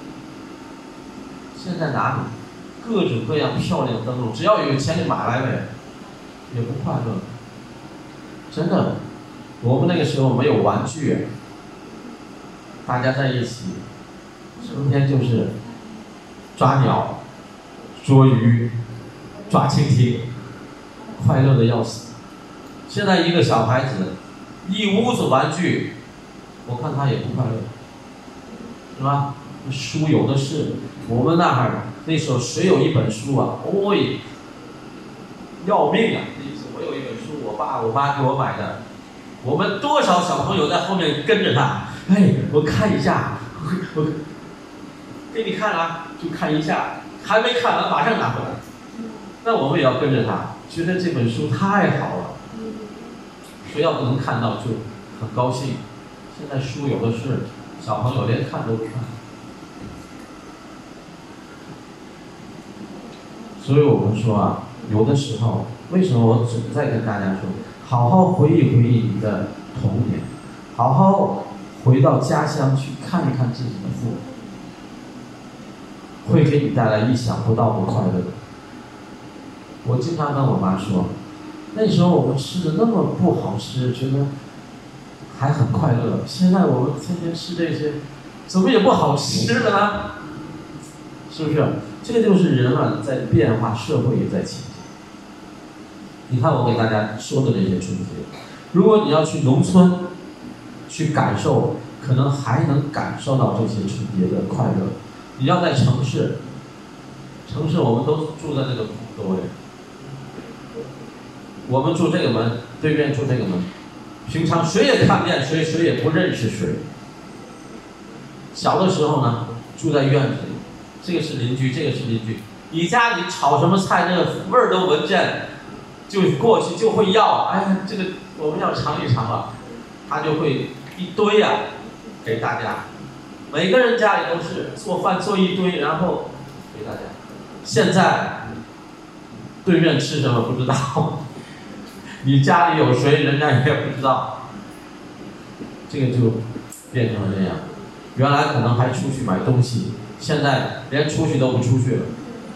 现在哪里？各种各样漂亮的灯笼，只要有钱就买来呗，也不快乐。真的， 我们那个时候没有玩具，大家在一起，成天就是抓鸟、捉鱼、抓蜻蜓，快乐的要死。现在一个小孩子，一屋子玩具，我看他也不快乐，是吧？书有的是，我们那儿那时候谁有一本书啊？哦，要命啊！那次我有一本书，我爸我妈给我买的，我们多少小朋友在后面跟着他，哎，我看一下，我给你看啊，就看一下，还没看完马上拿回来。那我们也要跟着他，觉得这本书太好了，谁要不能看到就很高兴。现在书有的是，小朋友连看都不看。所以我们说啊，有的时候，为什么我总在跟大家说，好好回忆回忆你的童年，好好回到家乡去看一看自己的父母，会给你带来意想不到的快乐。我经常跟我妈说，那时候我们吃的那么不好吃，觉得还很快乐，现在我们天天吃这些，怎么也不好吃了呢？是不是？这个就是人啊，在变化，社会也在前进。你看我给大家说的这些春节，如果你要去农村，去感受，可能还能感受到这些春节的快乐。你要在城市，城市我们都住在那个普陀，我们住这个门，对面住这个门，平常谁也看不见谁，谁也不认识谁。小的时候呢，住在院子里。这个是邻居，这个是邻居。你家里炒什么菜，那个味儿都闻见，就过去就会要。哎，这个我们要尝一尝吧，他就会一堆啊，给大家。每个人家里都是做饭做一堆，然后给大家。现在对面吃什么不知道，你家里有谁，人家也不知道。这个就变成了这样。原来可能还出去买东西。现在连出去都不出去了，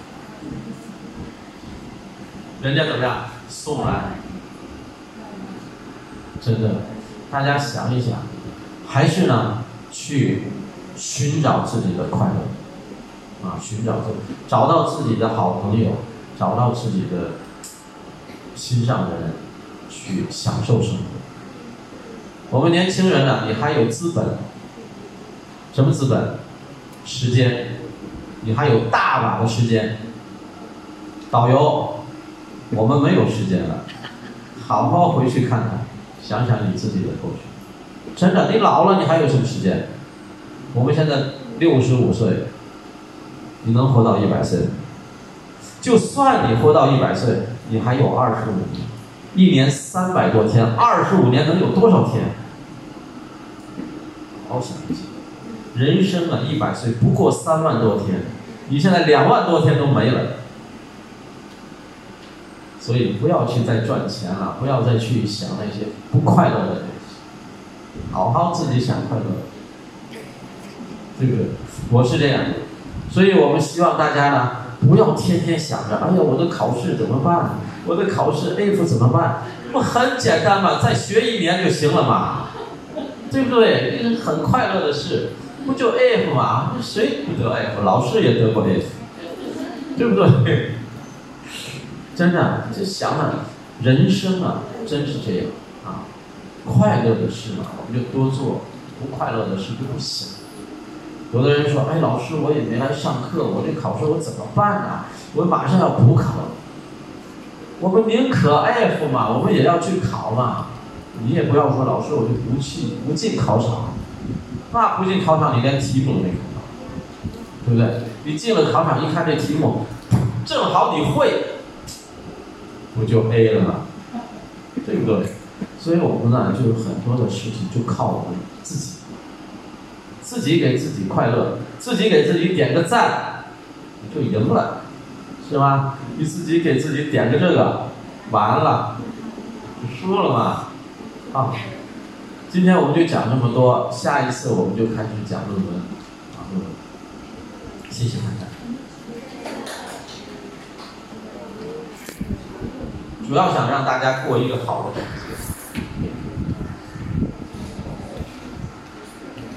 人家怎么样送来？真的，大家想一想，还是呢去寻找自己的快乐，啊，寻找找到自己的好朋友，找到自己的心上的人，去享受生活。我们年轻人呢，你还有资本，什么资本？时间，你还有大把的时间。导游，我们没有时间了，好好回去看看，想想你自己的过去。真的，你老了，你还有什么时间？我们现在65岁，你能活到100岁？就算你活到100岁，你还有25年，一年300多天，25年能有多少天？好想一想。人生啊，100岁不过3万多天，你现在2万多天都没了，所以不要去再赚钱了，不要再去想那些不快乐的东西，好好自己想快乐，对不对？我是这样的，所以我们希望大家呢，不要天天想着，哎呀，我的考试怎么办？我的考试 F 怎么办？不很简单嘛，再学1年就行了嘛，对不对？这是很快乐的事。不就 F 嘛？谁不得 F？ 老师也得过 F， 对不对？真的，就想想人生啊，真是这样啊。快乐的事嘛，我们就多做；不快乐的事就不想。有的人说：“哎，老师，我也没来上课，我这考试我怎么办啊？我马上要补考。”我们宁可 F 嘛，我们也要去考嘛。你也不要说老师，我就不进考场。那不进考场，你连题目都没看到，对不对？你进了考场，一看这题目，正好你会，不就 A 了吗？对不对？所以我们呢，就有很多的事情就靠我们自己，自己给自己快乐，自己给自己点个赞，你就赢了，是吧？你自己给自己点个这个，完了，就输了嘛，啊。今天我们就讲这么多，下一次我们就开始讲论文，啊，论文。谢谢大家。主要想让大家过一个好的春节。